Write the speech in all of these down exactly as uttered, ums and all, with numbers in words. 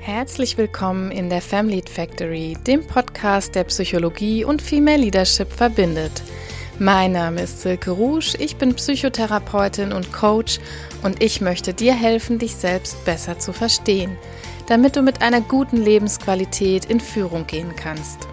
Herzlich willkommen in der Family Factory, dem Podcast, der Psychologie und Female Leadership verbindet. Mein Name ist Silke Rusch, ich bin Psychotherapeutin und Coach und ich möchte dir helfen, dich selbst besser zu verstehen, damit du mit einer guten Lebensqualität in Führung gehen kannst.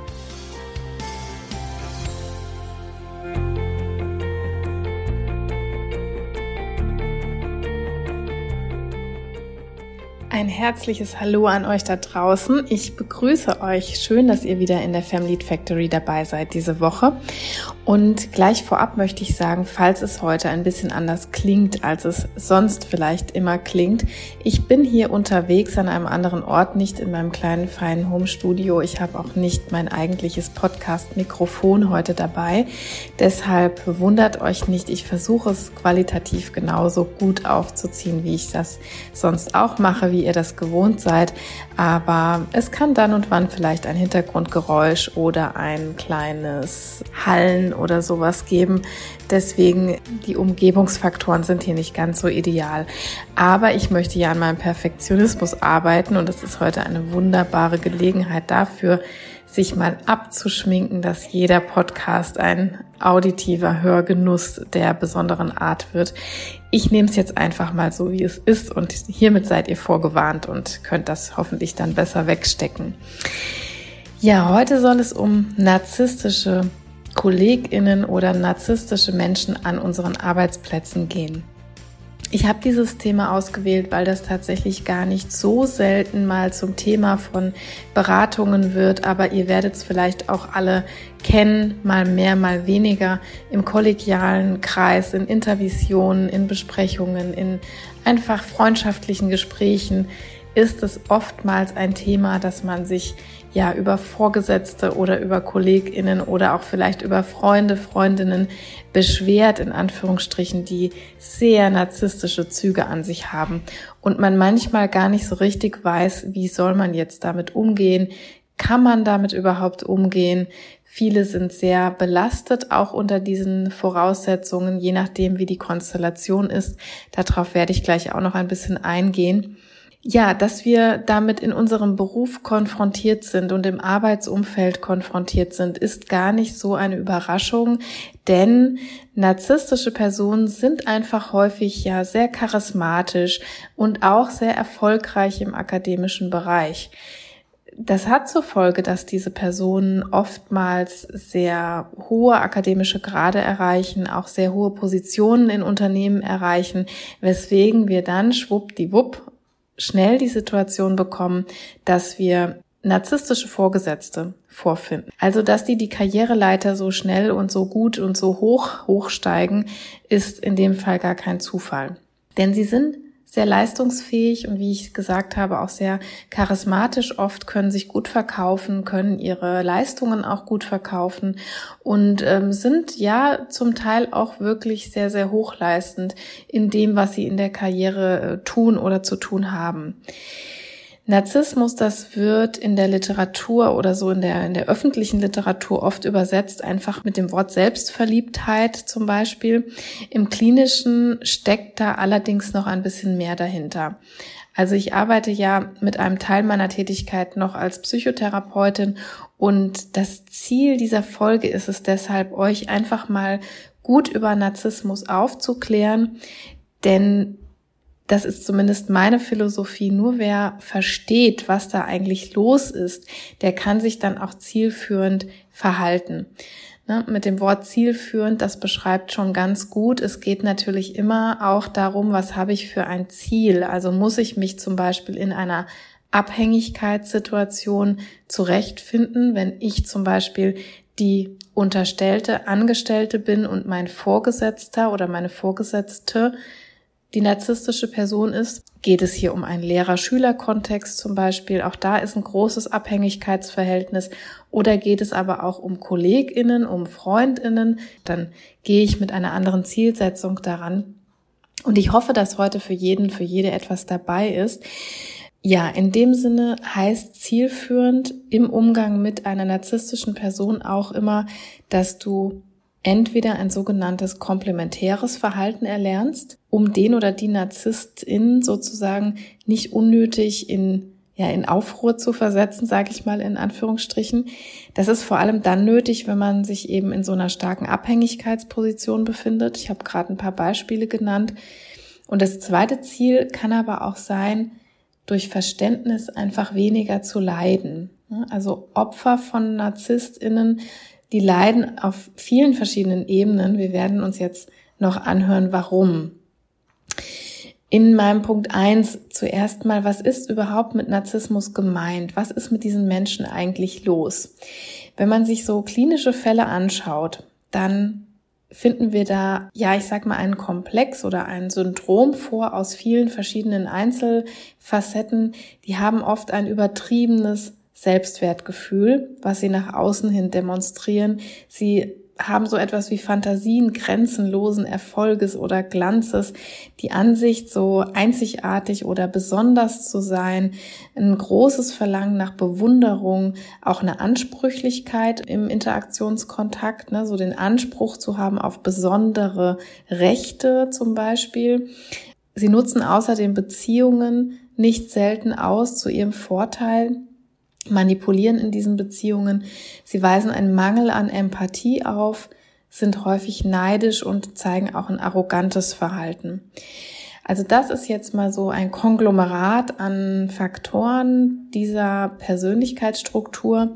Ein herzliches Hallo an euch da draußen. Ich begrüße euch. Schön, dass ihr wieder in der Family Factory dabei seid diese Woche. Und gleich vorab möchte ich sagen, falls es heute ein bisschen anders klingt, als es sonst vielleicht immer klingt, ich bin hier unterwegs an einem anderen Ort, nicht in meinem kleinen, feinen Home-Studio. Ich habe auch nicht mein eigentliches Podcast-Mikrofon heute dabei. Deshalb wundert euch nicht, ich versuche es qualitativ genauso gut aufzuziehen, wie ich das sonst auch mache, wie ihr das gewohnt seid, aber es kann dann und wann vielleicht ein Hintergrundgeräusch oder ein kleines Hallen oder sowas geben. Deswegen, die Umgebungsfaktoren sind hier nicht ganz so ideal. Aber ich möchte ja an meinem Perfektionismus arbeiten und es ist heute eine wunderbare Gelegenheit dafür, sich mal abzuschminken, dass jeder Podcast ein auditiver Hörgenuss der besonderen Art wird. Ich nehme es jetzt einfach mal so, wie es ist und hiermit seid ihr vorgewarnt und könnt das hoffentlich dann besser wegstecken. Ja, heute soll es um narzisstische KollegInnen oder narzisstische Menschen an unseren Arbeitsplätzen gehen. Ich habe dieses Thema ausgewählt, weil das tatsächlich gar nicht so selten mal zum Thema von Beratungen wird, aber ihr werdet es vielleicht auch alle kennen, mal mehr, mal weniger, im kollegialen Kreis, in Intervisionen, in Besprechungen, in einfach freundschaftlichen Gesprächen ist es oftmals ein Thema, dass man sich ja über Vorgesetzte oder über KollegInnen oder auch vielleicht über Freunde, Freundinnen beschwert, in Anführungsstrichen, die sehr narzisstische Züge an sich haben und man manchmal gar nicht so richtig weiß, wie soll man jetzt damit umgehen, kann man damit überhaupt umgehen? Viele sind sehr belastet, auch unter diesen Voraussetzungen, je nachdem, wie die Konstellation ist. Darauf werde ich gleich auch noch ein bisschen eingehen. Ja, dass wir damit in unserem Beruf konfrontiert sind und im Arbeitsumfeld konfrontiert sind, ist gar nicht so eine Überraschung, denn narzisstische Personen sind einfach häufig ja sehr charismatisch und auch sehr erfolgreich im akademischen Bereich. Das hat zur Folge, dass diese Personen oftmals sehr hohe akademische Grade erreichen, auch sehr hohe Positionen in Unternehmen erreichen, weswegen wir dann schwuppdiwupp schnell die Situation bekommen, dass wir narzisstische Vorgesetzte vorfinden. Also, dass die die Karriereleiter so schnell und so gut und so hoch hochsteigen, ist in dem Fall gar kein Zufall. Denn sie sind sehr leistungsfähig und wie ich gesagt habe, auch sehr charismatisch oft, können sich gut verkaufen, können ihre Leistungen auch gut verkaufen und ähm, sind ja zum Teil auch wirklich sehr, sehr hochleistend in dem, was sie in der Karriere äh, tun oder zu tun haben. Narzissmus, das wird in der Literatur oder so in der in der öffentlichen Literatur oft übersetzt, einfach mit dem Wort Selbstverliebtheit zum Beispiel. Im Klinischen steckt da allerdings noch ein bisschen mehr dahinter. Also ich arbeite ja mit einem Teil meiner Tätigkeit noch als Psychotherapeutin und das Ziel dieser Folge ist es deshalb, euch einfach mal gut über Narzissmus aufzuklären, denn das ist zumindest meine Philosophie. Nur wer versteht, was da eigentlich los ist, der kann sich dann auch zielführend verhalten. Ne, mit dem Wort zielführend, das beschreibt schon ganz gut. Es geht natürlich immer auch darum, was habe ich für ein Ziel? Also muss ich mich zum Beispiel in einer Abhängigkeitssituation zurechtfinden, wenn ich zum Beispiel die unterstellte Angestellte bin und mein Vorgesetzter oder meine Vorgesetzte die narzisstische Person ist, geht es hier um einen Lehrer-Schüler-Kontext zum Beispiel. Auch da ist ein großes Abhängigkeitsverhältnis. Oder geht es aber auch um KollegInnen, um FreundInnen, dann gehe ich mit einer anderen Zielsetzung daran. Und ich hoffe, dass heute für jeden, für jede etwas dabei ist. Ja, in dem Sinne heißt zielführend im Umgang mit einer narzisstischen Person auch immer, dass du entweder ein sogenanntes komplementäres Verhalten erlernst, um den oder die Narzisstin sozusagen nicht unnötig in ja in Aufruhr zu versetzen, sage ich mal in Anführungsstrichen. Das ist vor allem dann nötig, wenn man sich eben in so einer starken Abhängigkeitsposition befindet. Ich habe gerade ein paar Beispiele genannt. Und das zweite Ziel kann aber auch sein, durch Verständnis einfach weniger zu leiden. Also Opfer von NarzisstInnen, die leiden auf vielen verschiedenen Ebenen. Wir werden uns jetzt noch anhören, warum. In meinem Punkt eins zuerst mal, was ist überhaupt mit Narzissmus gemeint? Was ist mit diesen Menschen eigentlich los? Wenn man sich so klinische Fälle anschaut, dann finden wir da, ja, ich sag mal, einen Komplex oder ein Syndrom vor aus vielen verschiedenen Einzelfacetten. Die haben oft ein übertriebenes Selbstwertgefühl, was sie nach außen hin demonstrieren. Sie haben so etwas wie Fantasien grenzenlosen Erfolges oder Glanzes, die Ansicht, so einzigartig oder besonders zu sein, ein großes Verlangen nach Bewunderung, auch eine Ansprüchlichkeit im Interaktionskontakt, ne, so den Anspruch zu haben auf besondere Rechte zum Beispiel. Sie nutzen außerdem Beziehungen nicht selten aus zu ihrem Vorteil, manipulieren in diesen Beziehungen. Sie weisen einen Mangel an Empathie auf, sind häufig neidisch und zeigen auch ein arrogantes Verhalten. Also das ist jetzt mal so ein Konglomerat an Faktoren dieser Persönlichkeitsstruktur.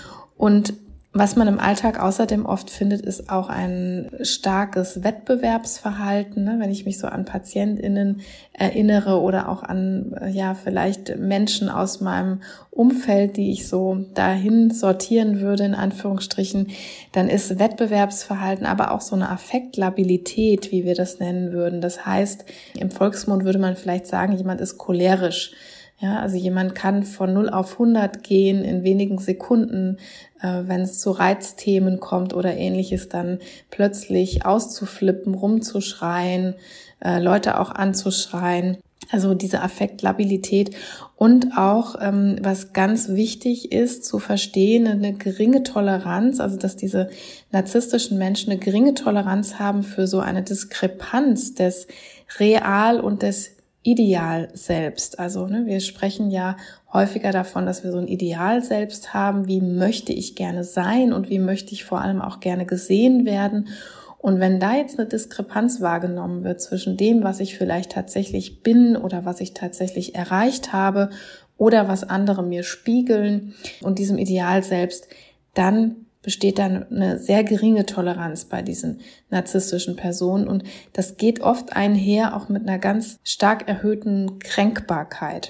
Und was man im Alltag außerdem oft findet, ist auch ein starkes Wettbewerbsverhalten. Wenn ich mich so an PatientInnen erinnere oder auch an, ja, vielleicht Menschen aus meinem Umfeld, die ich so dahin sortieren würde, in Anführungsstrichen, dann ist Wettbewerbsverhalten aber auch so eine Affektlabilität, wie wir das nennen würden. Das heißt, im Volksmund würde man vielleicht sagen, jemand ist cholerisch. Ja, also jemand kann von null auf hundert gehen in wenigen Sekunden, äh, wenn es zu Reizthemen kommt oder ähnliches, dann plötzlich auszuflippen, rumzuschreien, äh, Leute auch anzuschreien. Also diese Affektlabilität und auch, ähm, was ganz wichtig ist, zu verstehen, eine geringe Toleranz, also dass diese narzisstischen Menschen eine geringe Toleranz haben für so eine Diskrepanz des Real und des Ideal selbst. Also ne, wir sprechen ja häufiger davon, dass wir so ein Ideal selbst haben. Wie möchte ich gerne sein und wie möchte ich vor allem auch gerne gesehen werden? Und wenn da jetzt eine Diskrepanz wahrgenommen wird zwischen dem, was ich vielleicht tatsächlich bin oder was ich tatsächlich erreicht habe oder was andere mir spiegeln und diesem Ideal selbst, dann besteht dann eine sehr geringe Toleranz bei diesen narzisstischen Personen und das geht oft einher auch mit einer ganz stark erhöhten Kränkbarkeit.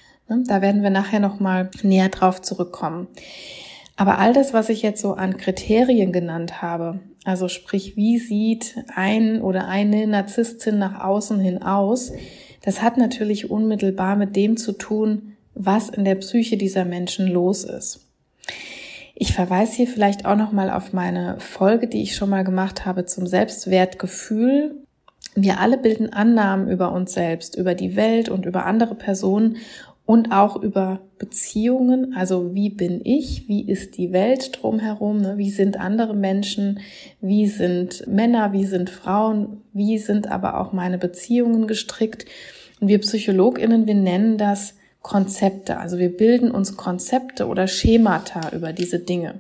Da werden wir nachher nochmal näher drauf zurückkommen. Aber all das, was ich jetzt so an Kriterien genannt habe, also sprich, wie sieht ein oder eine Narzisstin nach außen hin aus, das hat natürlich unmittelbar mit dem zu tun, was in der Psyche dieser Menschen los ist. Ich verweise hier vielleicht auch nochmal auf meine Folge, die ich schon mal gemacht habe zum Selbstwertgefühl. Wir alle bilden Annahmen über uns selbst, über die Welt und über andere Personen und auch über Beziehungen. Also wie bin ich, wie ist die Welt drumherum, ne? Wie sind andere Menschen, wie sind Männer, wie sind Frauen, wie sind aber auch meine Beziehungen gestrickt. Und wir PsychologInnen, wir nennen das Konzepte, also wir bilden uns Konzepte oder Schemata über diese Dinge.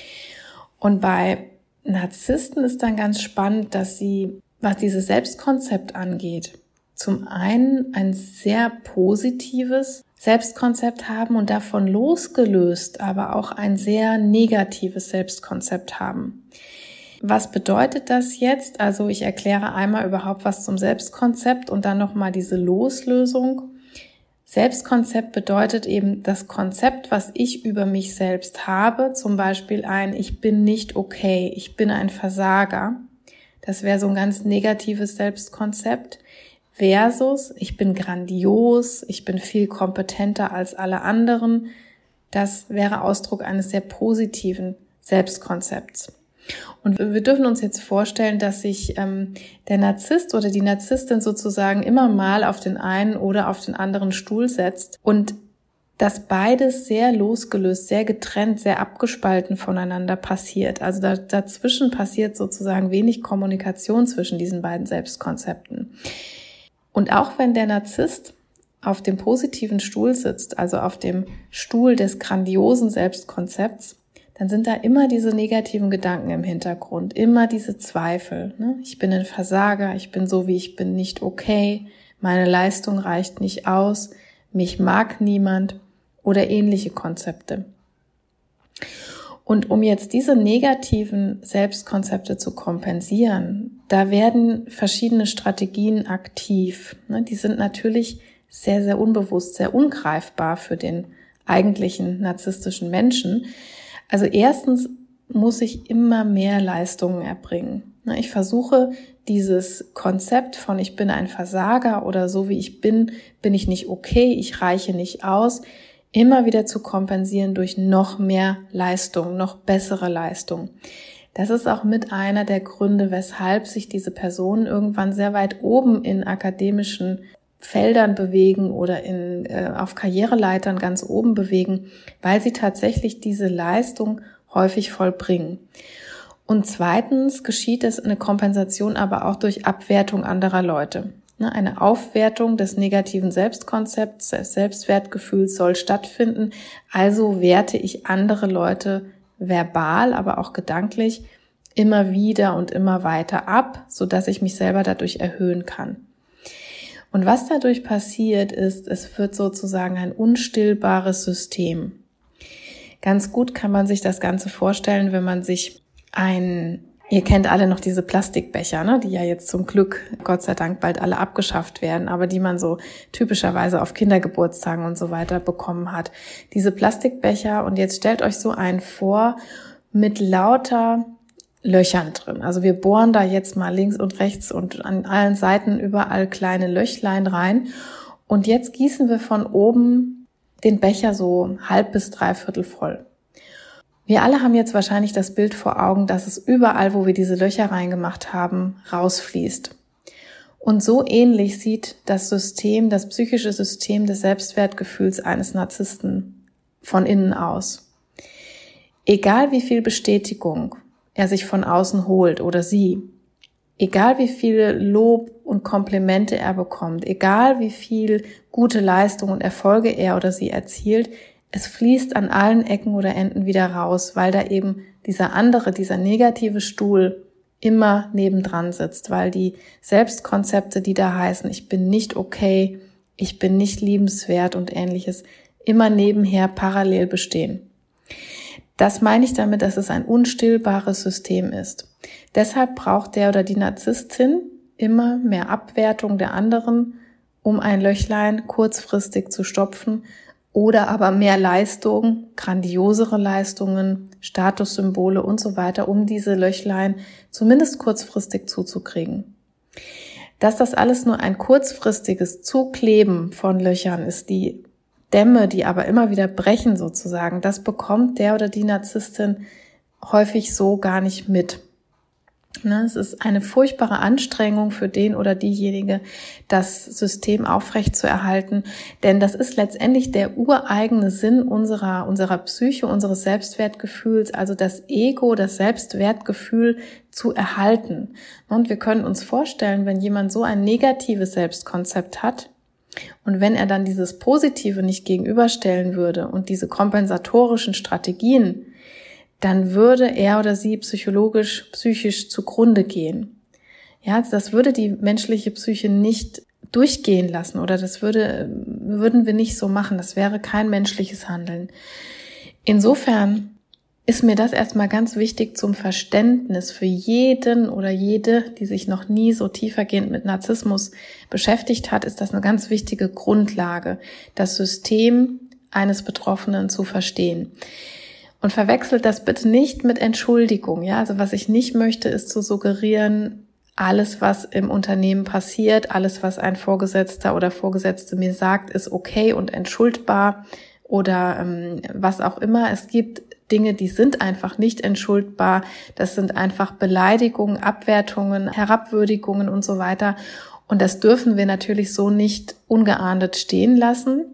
Und bei Narzissten ist dann ganz spannend, dass sie, was dieses Selbstkonzept angeht, zum einen ein sehr positives Selbstkonzept haben und davon losgelöst aber auch ein sehr negatives Selbstkonzept haben. Was bedeutet das jetzt? Also ich erkläre einmal überhaupt was zum Selbstkonzept und dann nochmal diese Loslösung. Selbstkonzept bedeutet eben das Konzept, was ich über mich selbst habe, zum Beispiel ein Ich bin nicht okay, ich bin ein Versager. Das wäre so ein ganz negatives Selbstkonzept. Versus ich bin grandios, ich bin viel kompetenter als alle anderen. Das wäre Ausdruck eines sehr positiven Selbstkonzepts. Und wir dürfen uns jetzt vorstellen, dass sich ähm, der Narzisst oder die Narzisstin sozusagen immer mal auf den einen oder auf den anderen Stuhl setzt und dass beides sehr losgelöst, sehr getrennt, sehr abgespalten voneinander passiert. Also da, dazwischen passiert sozusagen wenig Kommunikation zwischen diesen beiden Selbstkonzepten. Und auch wenn der Narzisst auf dem positiven Stuhl sitzt, also auf dem Stuhl des grandiosen Selbstkonzepts, dann sind da immer diese negativen Gedanken im Hintergrund, immer diese Zweifel. Ne? Ich bin ein Versager, ich bin so, wie ich bin, nicht okay, meine Leistung reicht nicht aus, mich mag niemand oder ähnliche Konzepte. Und um jetzt diese negativen Selbstkonzepte zu kompensieren, da werden verschiedene Strategien aktiv. Ne? Die sind natürlich sehr, sehr unbewusst, sehr ungreifbar für den eigentlichen narzisstischen Menschen. Also erstens muss ich immer mehr Leistungen erbringen. Ich versuche dieses Konzept von ich bin ein Versager oder so wie ich bin, bin ich nicht okay, ich reiche nicht aus, immer wieder zu kompensieren durch noch mehr Leistung, noch bessere Leistung. Das ist auch mit einer der Gründe, weshalb sich diese Personen irgendwann sehr weit oben in akademischen Feldern bewegen oder in, äh, auf Karriereleitern ganz oben bewegen, weil sie tatsächlich diese Leistung häufig vollbringen. Und zweitens geschieht es eine Kompensation aber auch durch Abwertung anderer Leute. Eine Aufwertung des negativen Selbstkonzepts, des Selbstwertgefühls soll stattfinden. Also werte ich andere Leute verbal, aber auch gedanklich immer wieder und immer weiter ab, sodass ich mich selber dadurch erhöhen kann. Und was dadurch passiert ist, es wird sozusagen ein unstillbares System. Ganz gut kann man sich das Ganze vorstellen, wenn man sich ein, ihr kennt alle noch diese Plastikbecher, ne, die ja jetzt zum Glück, Gott sei Dank, bald alle abgeschafft werden, aber die man so typischerweise auf Kindergeburtstagen und so weiter bekommen hat. Diese Plastikbecher, und jetzt stellt euch so einen vor mit lauter Löchern drin. Also wir bohren da jetzt mal links und rechts und an allen Seiten überall kleine Löchlein rein. Und jetzt gießen wir von oben den Becher so halb bis dreiviertel voll. Wir alle haben jetzt wahrscheinlich das Bild vor Augen, dass es überall, wo wir diese Löcher reingemacht haben, rausfließt. Und so ähnlich sieht das System, das psychische System des Selbstwertgefühls eines Narzissten von innen aus. Egal wie viel Bestätigung er sich von außen holt oder sie, egal wie viel Lob und Komplimente er bekommt, egal wie viel gute Leistung und Erfolge er oder sie erzielt, es fließt an allen Ecken oder Enden wieder raus, weil da eben dieser andere, dieser negative Stuhl immer nebendran sitzt, weil die Selbstkonzepte, die da heißen, ich bin nicht okay, ich bin nicht liebenswert und ähnliches, immer nebenher parallel bestehen. Das meine ich damit, dass es ein unstillbares System ist. Deshalb braucht der oder die Narzisstin immer mehr Abwertung der anderen, um ein Löchlein kurzfristig zu stopfen, oder aber mehr Leistung, grandiosere Leistungen, Statussymbole und so weiter, um diese Löchlein zumindest kurzfristig zuzukriegen. Dass das alles nur ein kurzfristiges Zukleben von Löchern ist, die Dämme, die aber immer wieder brechen sozusagen, das bekommt der oder die Narzisstin häufig so gar nicht mit. Es ist eine furchtbare Anstrengung für den oder diejenige, das System aufrecht zu erhalten, denn das ist letztendlich der ureigene Sinn unserer, unserer Psyche, unseres Selbstwertgefühls, also das Ego, das Selbstwertgefühl zu erhalten. Und wir können uns vorstellen, wenn jemand so ein negatives Selbstkonzept hat, und wenn er dann dieses Positive nicht gegenüberstellen würde und diese kompensatorischen Strategien, dann würde er oder sie psychologisch, psychisch zugrunde gehen. Ja, das würde die menschliche Psyche nicht durchgehen lassen oder das würde, würden wir nicht so machen. Das wäre kein menschliches Handeln. Insofern ist mir das erstmal ganz wichtig zum Verständnis für jeden oder jede, die sich noch nie so tiefergehend mit Narzissmus beschäftigt hat, ist das eine ganz wichtige Grundlage, das System eines Betroffenen zu verstehen. Und verwechselt das bitte nicht mit Entschuldigung. Ja, also was ich nicht möchte, ist zu suggerieren, alles, was im Unternehmen passiert, alles, was ein Vorgesetzter oder Vorgesetzte mir sagt, ist okay und entschuldbar oder ähm, was auch immer. Es gibt Dinge, die sind einfach nicht entschuldbar. Das sind einfach Beleidigungen, Abwertungen, Herabwürdigungen und so weiter. Und das dürfen wir natürlich so nicht ungeahndet stehen lassen.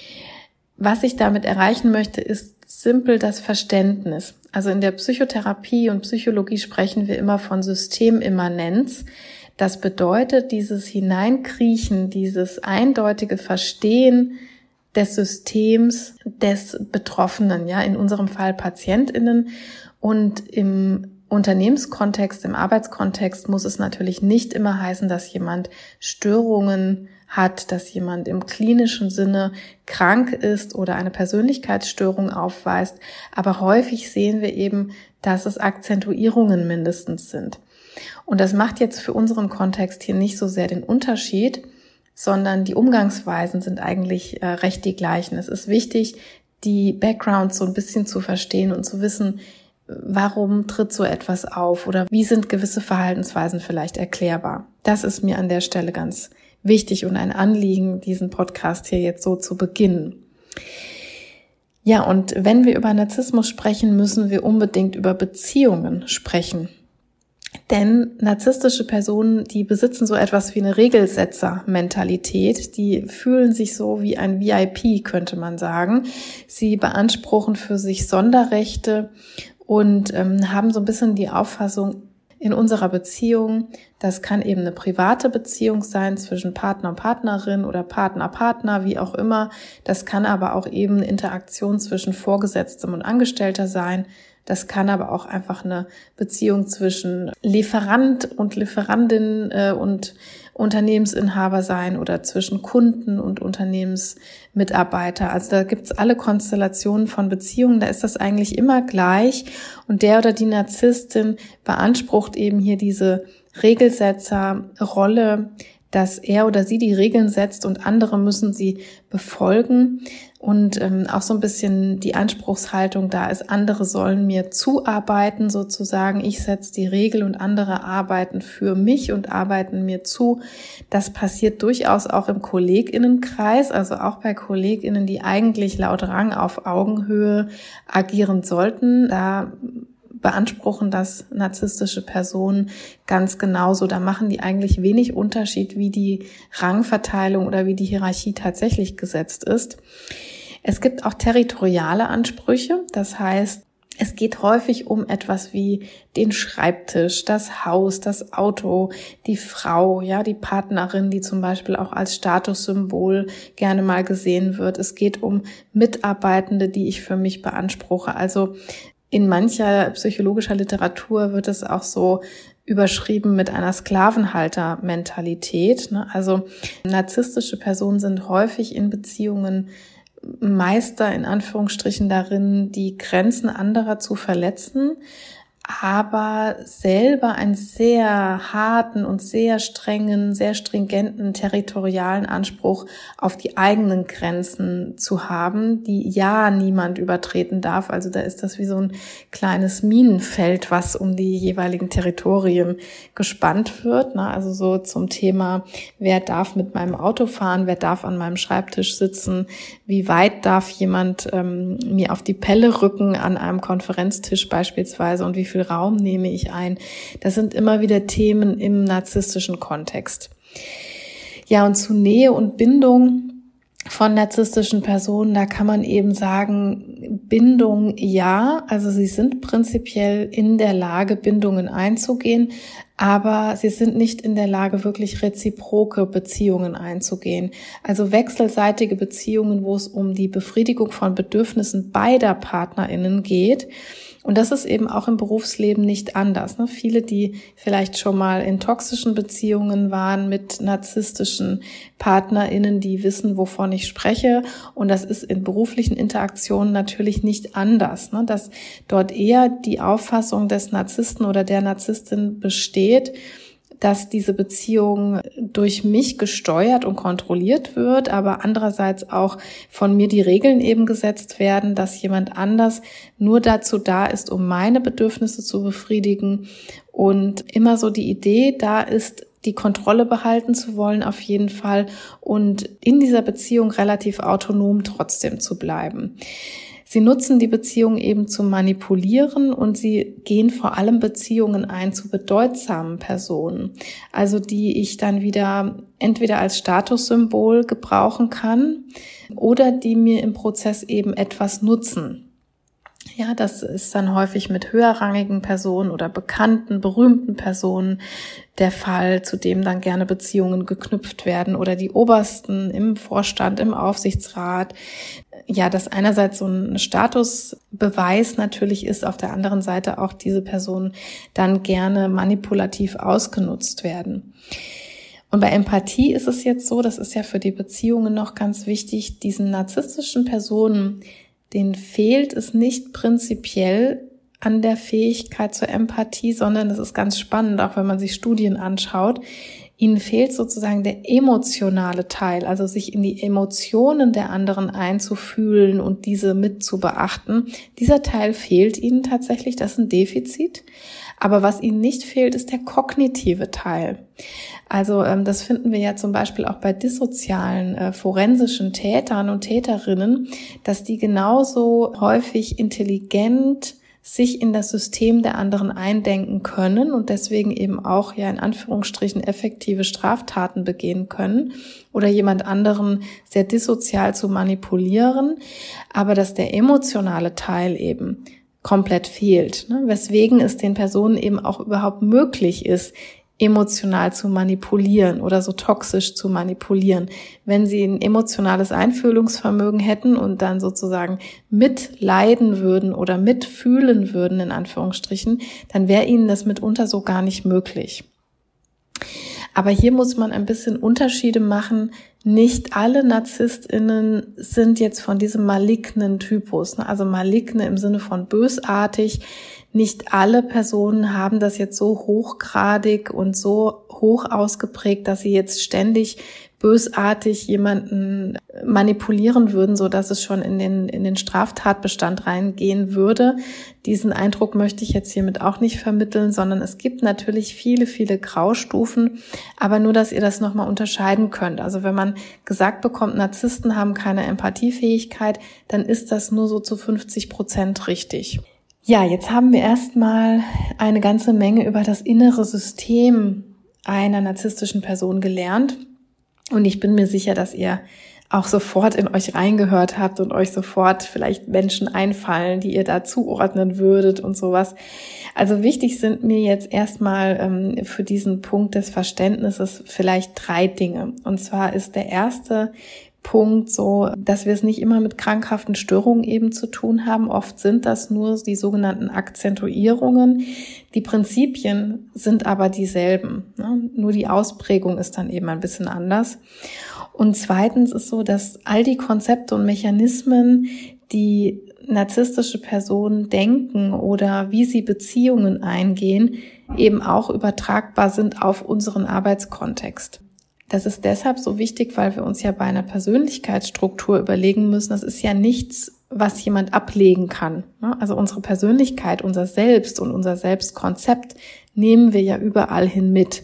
Was ich damit erreichen möchte, ist simpel das Verständnis. Also in der Psychotherapie und Psychologie sprechen wir immer von Systemimmanenz. Das bedeutet, dieses Hineinkriechen, dieses eindeutige Verstehen des Systems des Betroffenen, ja, in unserem Fall PatientInnen. Und im Unternehmenskontext, im Arbeitskontext muss es natürlich nicht immer heißen, dass jemand Störungen hat, dass jemand im klinischen Sinne krank ist oder eine Persönlichkeitsstörung aufweist. Aber häufig sehen wir eben, dass es Akzentuierungen mindestens sind. Und das macht jetzt für unseren Kontext hier nicht so sehr den Unterschied, sondern die Umgangsweisen sind eigentlich äh, recht die gleichen. Es ist wichtig, die Backgrounds so ein bisschen zu verstehen und zu wissen, warum tritt so etwas auf oder wie sind gewisse Verhaltensweisen vielleicht erklärbar. Das ist mir an der Stelle ganz wichtig und ein Anliegen, diesen Podcast hier jetzt so zu beginnen. Ja, und wenn wir über Narzissmus sprechen, müssen wir unbedingt über Beziehungen sprechen. Denn narzisstische Personen, die besitzen so etwas wie eine Regelsetzer-Mentalität. Die fühlen sich so wie ein V I P, könnte man sagen. Sie beanspruchen für sich Sonderrechte und ähm, haben so ein bisschen die Auffassung, in unserer Beziehung, das kann eben eine private Beziehung sein zwischen Partner und Partnerin oder Partner, Partner, wie auch immer. Das kann aber auch eben eine Interaktion zwischen Vorgesetztem und Angestellter sein. Das kann aber auch einfach eine Beziehung zwischen Lieferant und Lieferandin äh, und Unternehmensinhaber sein oder zwischen Kunden und Unternehmensmitarbeiter. Also da gibt's alle Konstellationen von Beziehungen, da ist das eigentlich immer gleich. Und der oder die Narzisstin beansprucht eben hier diese Regelsetzerrolle, dass er oder sie die Regeln setzt und andere müssen sie befolgen. Und ähm, auch so ein bisschen die Anspruchshaltung da ist, andere sollen mir zuarbeiten sozusagen. Ich setze die Regel und andere arbeiten für mich und arbeiten mir zu. Das passiert durchaus auch im KollegInnenkreis, also auch bei KollegInnen, die eigentlich laut Rang auf Augenhöhe agieren sollten. Da beanspruchen das narzisstische Personen ganz genauso. Da machen die eigentlich wenig Unterschied, wie die Rangverteilung oder wie die Hierarchie tatsächlich gesetzt ist. Es gibt auch territoriale Ansprüche, das heißt, es geht häufig um etwas wie den Schreibtisch, das Haus, das Auto, die Frau, ja, die Partnerin, die zum Beispiel auch als Statussymbol gerne mal gesehen wird. Es geht um Mitarbeitende, die ich für mich beanspruche. Also in mancher psychologischer Literatur wird es auch so überschrieben mit einer Sklavenhalter-Mentalität. Also narzisstische Personen sind häufig in Beziehungen Meister in Anführungsstrichen darin, die Grenzen anderer zu verletzen, aber selber einen sehr harten und sehr strengen, sehr stringenten territorialen Anspruch auf die eigenen Grenzen zu haben, die ja niemand übertreten darf. Also da ist das wie so ein kleines Minenfeld, was um die jeweiligen Territorien gespannt wird. Also so zum Thema, wer darf mit meinem Auto fahren, wer darf an meinem Schreibtisch sitzen, wie weit darf jemand ähm, mir auf die Pelle rücken an einem Konferenztisch beispielsweise und wie viel Raum nehme ich ein. Das sind immer wieder Themen im narzisstischen Kontext. Ja, und zu Nähe und Bindung von narzisstischen Personen, da kann man eben sagen, Bindung ja, also sie sind prinzipiell in der Lage, Bindungen einzugehen, aber sie sind nicht in der Lage, wirklich reziproke Beziehungen einzugehen. Also wechselseitige Beziehungen, wo es um die Befriedigung von Bedürfnissen beider PartnerInnen geht. Und das ist eben auch im Berufsleben nicht anders. Ne? Viele, die vielleicht schon mal in toxischen Beziehungen waren mit narzisstischen PartnerInnen, die wissen, wovon ich spreche. Und das ist in beruflichen Interaktionen natürlich nicht anders. Ne? Dass dort eher die Auffassung des Narzissten oder der Narzisstin besteht, dass diese Beziehung durch mich gesteuert und kontrolliert wird, aber andererseits auch von mir die Regeln eben gesetzt werden, dass jemand anders nur dazu da ist, um meine Bedürfnisse zu befriedigen und immer so die Idee da ist, die Kontrolle behalten zu wollen auf jeden Fall und in dieser Beziehung relativ autonom trotzdem zu bleiben. Sie nutzen die Beziehung eben zum Manipulieren und sie gehen vor allem Beziehungen ein zu bedeutsamen Personen, also die ich dann wieder entweder als Statussymbol gebrauchen kann oder die mir im Prozess eben etwas nutzen. Ja, das ist dann häufig mit höherrangigen Personen oder bekannten, berühmten Personen der Fall, zu dem dann gerne Beziehungen geknüpft werden oder die Obersten im Vorstand, im Aufsichtsrat. Ja, dass einerseits so ein Statusbeweis natürlich ist, auf der anderen Seite auch diese Personen dann gerne manipulativ ausgenutzt werden. Und bei Empathie ist es jetzt so, das ist ja für die Beziehungen noch ganz wichtig, diesen narzisstischen Personen, denen fehlt es nicht prinzipiell an der Fähigkeit zur Empathie, sondern es ist ganz spannend, auch wenn man sich Studien anschaut. Ihnen fehlt sozusagen der emotionale Teil, also sich in die Emotionen der anderen einzufühlen und diese mit zu beachten. Dieser Teil fehlt ihnen tatsächlich, das ist ein Defizit. Aber was ihnen nicht fehlt, ist der kognitive Teil. Also ähm, das finden wir ja zum Beispiel auch bei dissozialen, äh, forensischen Tätern und Täterinnen, dass die genauso häufig intelligent sich in das System der anderen eindenken können und deswegen eben auch ja in Anführungsstrichen effektive Straftaten begehen können oder jemand anderen sehr dissozial zu manipulieren, aber dass der emotionale Teil eben komplett fehlt, ne? Weswegen es den Personen eben auch überhaupt möglich ist, emotional zu manipulieren oder so toxisch zu manipulieren. Wenn sie ein emotionales Einfühlungsvermögen hätten und dann sozusagen mitleiden würden oder mitfühlen würden, in Anführungsstrichen, dann wäre ihnen das mitunter so gar nicht möglich. Aber hier muss man ein bisschen Unterschiede machen. Nicht alle NarzisstInnen sind jetzt von diesem malignen Typus, ne? Also maligne im Sinne von bösartig. Nicht alle Personen haben das jetzt so hochgradig und so hoch ausgeprägt, dass sie jetzt ständig bösartig jemanden manipulieren würden, so dass es schon in den in den Straftatbestand reingehen würde. Diesen Eindruck möchte ich jetzt hiermit auch nicht vermitteln, sondern es gibt natürlich viele, viele Graustufen, aber nur, dass ihr das nochmal unterscheiden könnt. Also wenn man gesagt bekommt, Narzissten haben keine Empathiefähigkeit, dann ist das nur so zu fünfzig Prozent richtig. Ja, jetzt haben wir erstmal eine ganze Menge über das innere System einer narzisstischen Person gelernt. Und ich bin mir sicher, dass ihr auch sofort in euch reingehört habt und euch sofort vielleicht Menschen einfallen, die ihr da zuordnen würdet und sowas. Also wichtig sind mir jetzt erstmal ähm, für diesen Punkt des Verständnisses vielleicht drei Dinge. Und zwar ist der erste Punkt so, dass wir es nicht immer mit krankhaften Störungen eben zu tun haben. Oft sind das nur die sogenannten Akzentuierungen. Die Prinzipien sind aber dieselben, ne? Nur die Ausprägung ist dann eben ein bisschen anders. Und zweitens ist so, dass all die Konzepte und Mechanismen, die narzisstische Personen denken oder wie sie Beziehungen eingehen, eben auch übertragbar sind auf unseren Arbeitskontext. Das ist deshalb so wichtig, weil wir uns ja bei einer Persönlichkeitsstruktur überlegen müssen, das ist ja nichts, was jemand ablegen kann. Also unsere Persönlichkeit, unser Selbst und unser Selbstkonzept nehmen wir ja überall hin mit.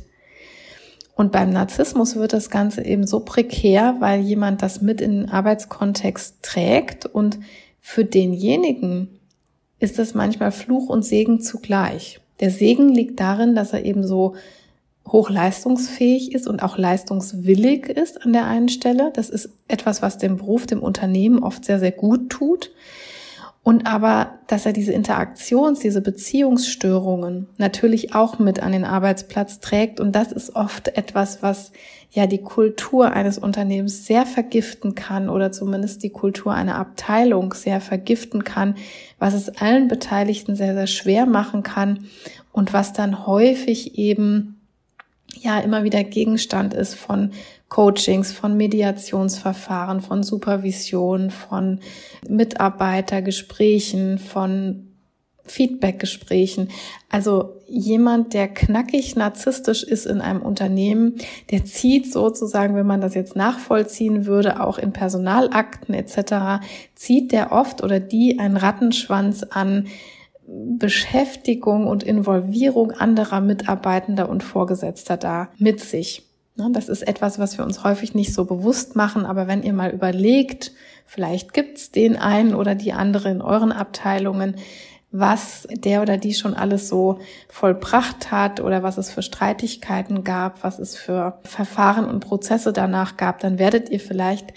Und beim Narzissmus wird das Ganze eben so prekär, weil jemand das mit in den Arbeitskontext trägt und für denjenigen ist das manchmal Fluch und Segen zugleich. Der Segen liegt darin, dass er eben so hochleistungsfähig ist und auch leistungswillig ist an der einen Stelle. Das ist etwas, was dem Beruf, dem Unternehmen oft sehr, sehr gut tut. Und aber, dass er diese Interaktions-, diese Beziehungsstörungen natürlich auch mit an den Arbeitsplatz trägt. Und das ist oft etwas, was ja die Kultur eines Unternehmens sehr vergiften kann oder zumindest die Kultur einer Abteilung sehr vergiften kann, was es allen Beteiligten sehr, sehr schwer machen kann und was dann häufig eben ja immer wieder Gegenstand ist von Coachings, von Mediationsverfahren, von Supervision, von Mitarbeitergesprächen, von Feedbackgesprächen. Also jemand, der knackig narzisstisch ist in einem Unternehmen, der zieht sozusagen, wenn man das jetzt nachvollziehen würde, auch in Personalakten et cetera, zieht der oft oder die einen Rattenschwanz an Beschäftigung und Involvierung anderer Mitarbeitender und Vorgesetzter da mit sich. Das ist etwas, was wir uns häufig nicht so bewusst machen, aber wenn ihr mal überlegt, vielleicht gibt's den einen oder die andere in euren Abteilungen, was der oder die schon alles so vollbracht hat oder was es für Streitigkeiten gab, was es für Verfahren und Prozesse danach gab, dann werdet ihr vielleicht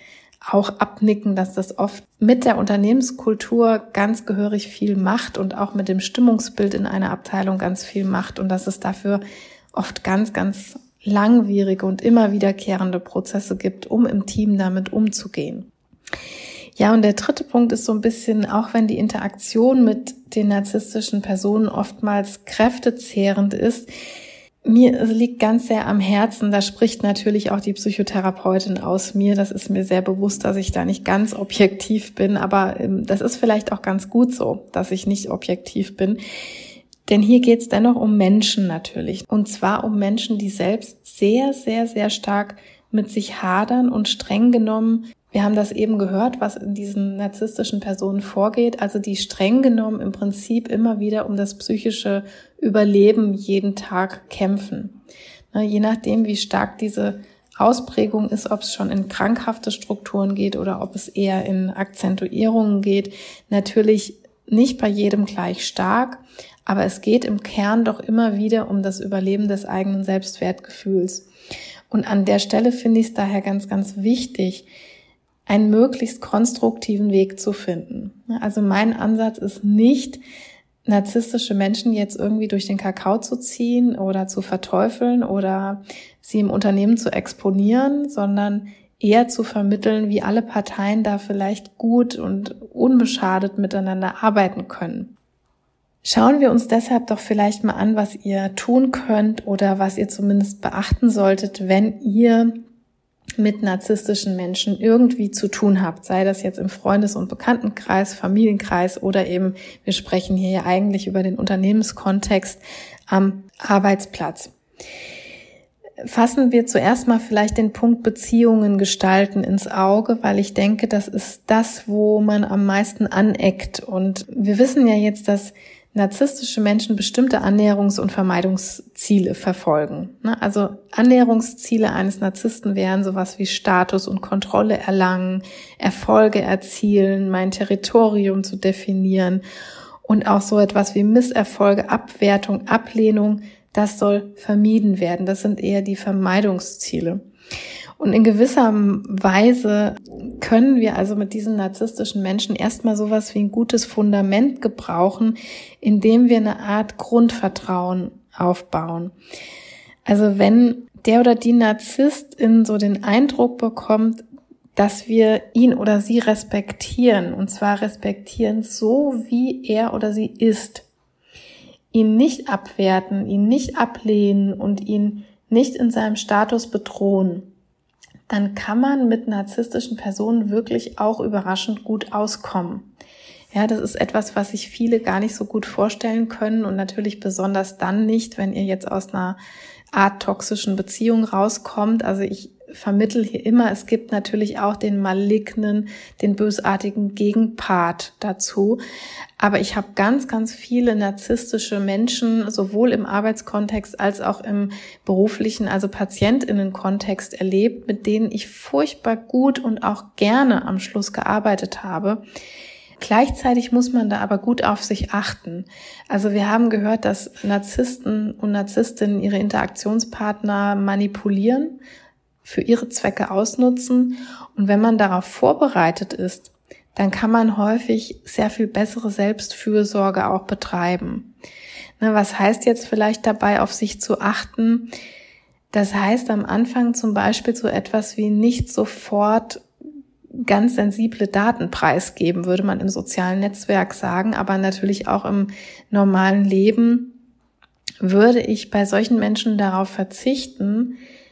auch abnicken, dass das oft mit der Unternehmenskultur ganz gehörig viel macht und auch mit dem Stimmungsbild in einer Abteilung ganz viel macht und dass es dafür oft ganz, ganz langwierige und immer wiederkehrende Prozesse gibt, um im Team damit umzugehen. Ja, und der dritte Punkt ist so ein bisschen, auch wenn die Interaktion mit den narzisstischen Personen oftmals kräftezehrend ist, mir liegt ganz sehr am Herzen, da spricht natürlich auch die Psychotherapeutin aus mir, das ist mir sehr bewusst, dass ich da nicht ganz objektiv bin, aber das ist vielleicht auch ganz gut so, dass ich nicht objektiv bin, denn hier geht es dennoch um Menschen natürlich und zwar um Menschen, die selbst sehr, sehr, sehr stark mit sich hadern und streng genommen, wir haben das eben gehört, was in diesen narzisstischen Personen vorgeht, also die streng genommen im Prinzip immer wieder um das psychische Überleben jeden Tag kämpfen. Je nachdem, wie stark diese Ausprägung ist, ob es schon in krankhafte Strukturen geht oder ob es eher in Akzentuierungen geht, natürlich nicht bei jedem gleich stark, aber es geht im Kern doch immer wieder um das Überleben des eigenen Selbstwertgefühls. Und an der Stelle finde ich es daher ganz, ganz wichtig, einen möglichst konstruktiven Weg zu finden. Also mein Ansatz ist nicht, narzisstische Menschen jetzt irgendwie durch den Kakao zu ziehen oder zu verteufeln oder sie im Unternehmen zu exponieren, sondern eher zu vermitteln, wie alle Parteien da vielleicht gut und unbeschadet miteinander arbeiten können. Schauen wir uns deshalb doch vielleicht mal an, was ihr tun könnt oder was ihr zumindest beachten solltet, wenn ihr mit narzisstischen Menschen irgendwie zu tun habt, sei das jetzt im Freundes- und Bekanntenkreis, Familienkreis oder eben, wir sprechen hier ja eigentlich über den Unternehmenskontext am Arbeitsplatz. Fassen wir zuerst mal vielleicht den Punkt Beziehungen gestalten ins Auge, weil ich denke, das ist das, wo man am meisten aneckt. Und wir wissen ja jetzt, dass narzisstische Menschen bestimmte Annäherungs- und Vermeidungsziele verfolgen. Also Annäherungsziele eines Narzissten wären sowas wie Status und Kontrolle erlangen, Erfolge erzielen, mein Territorium zu definieren und auch so etwas wie Misserfolge, Abwertung, Ablehnung, das soll vermieden werden. Das sind eher die Vermeidungsziele. Und in gewisser Weise können wir also mit diesen narzisstischen Menschen erstmal sowas wie ein gutes Fundament gebrauchen, indem wir eine Art Grundvertrauen aufbauen. Also wenn der oder die Narzisstin so den Eindruck bekommt, dass wir ihn oder sie respektieren, und zwar respektieren so, wie er oder sie ist, ihn nicht abwerten, ihn nicht ablehnen und ihn nicht in seinem Status bedrohen, dann kann man mit narzisstischen Personen wirklich auch überraschend gut auskommen. Ja, das ist etwas, was sich viele gar nicht so gut vorstellen können und natürlich besonders dann nicht, wenn ihr jetzt aus einer Art toxischen Beziehung rauskommt. Also ich vermittle hier immer, es gibt natürlich auch den malignen, den bösartigen Gegenpart dazu. Aber ich habe ganz, ganz viele narzisstische Menschen, sowohl im Arbeitskontext als auch im beruflichen, also PatientInnen-Kontext erlebt, mit denen ich furchtbar gut und auch gerne am Schluss gearbeitet habe. Gleichzeitig muss man da aber gut auf sich achten. Also wir haben gehört, dass Narzissten und Narzisstinnen ihre Interaktionspartner manipulieren, für ihre Zwecke ausnutzen. Und wenn man darauf vorbereitet ist, dann kann man häufig sehr viel bessere Selbstfürsorge auch betreiben. Ne, was heißt jetzt vielleicht dabei, auf sich zu achten? Das heißt am Anfang zum Beispiel so etwas wie nicht sofort ganz sensible Daten preisgeben, würde man im sozialen Netzwerk sagen, aber natürlich auch im normalen Leben würde ich bei solchen Menschen darauf verzichten.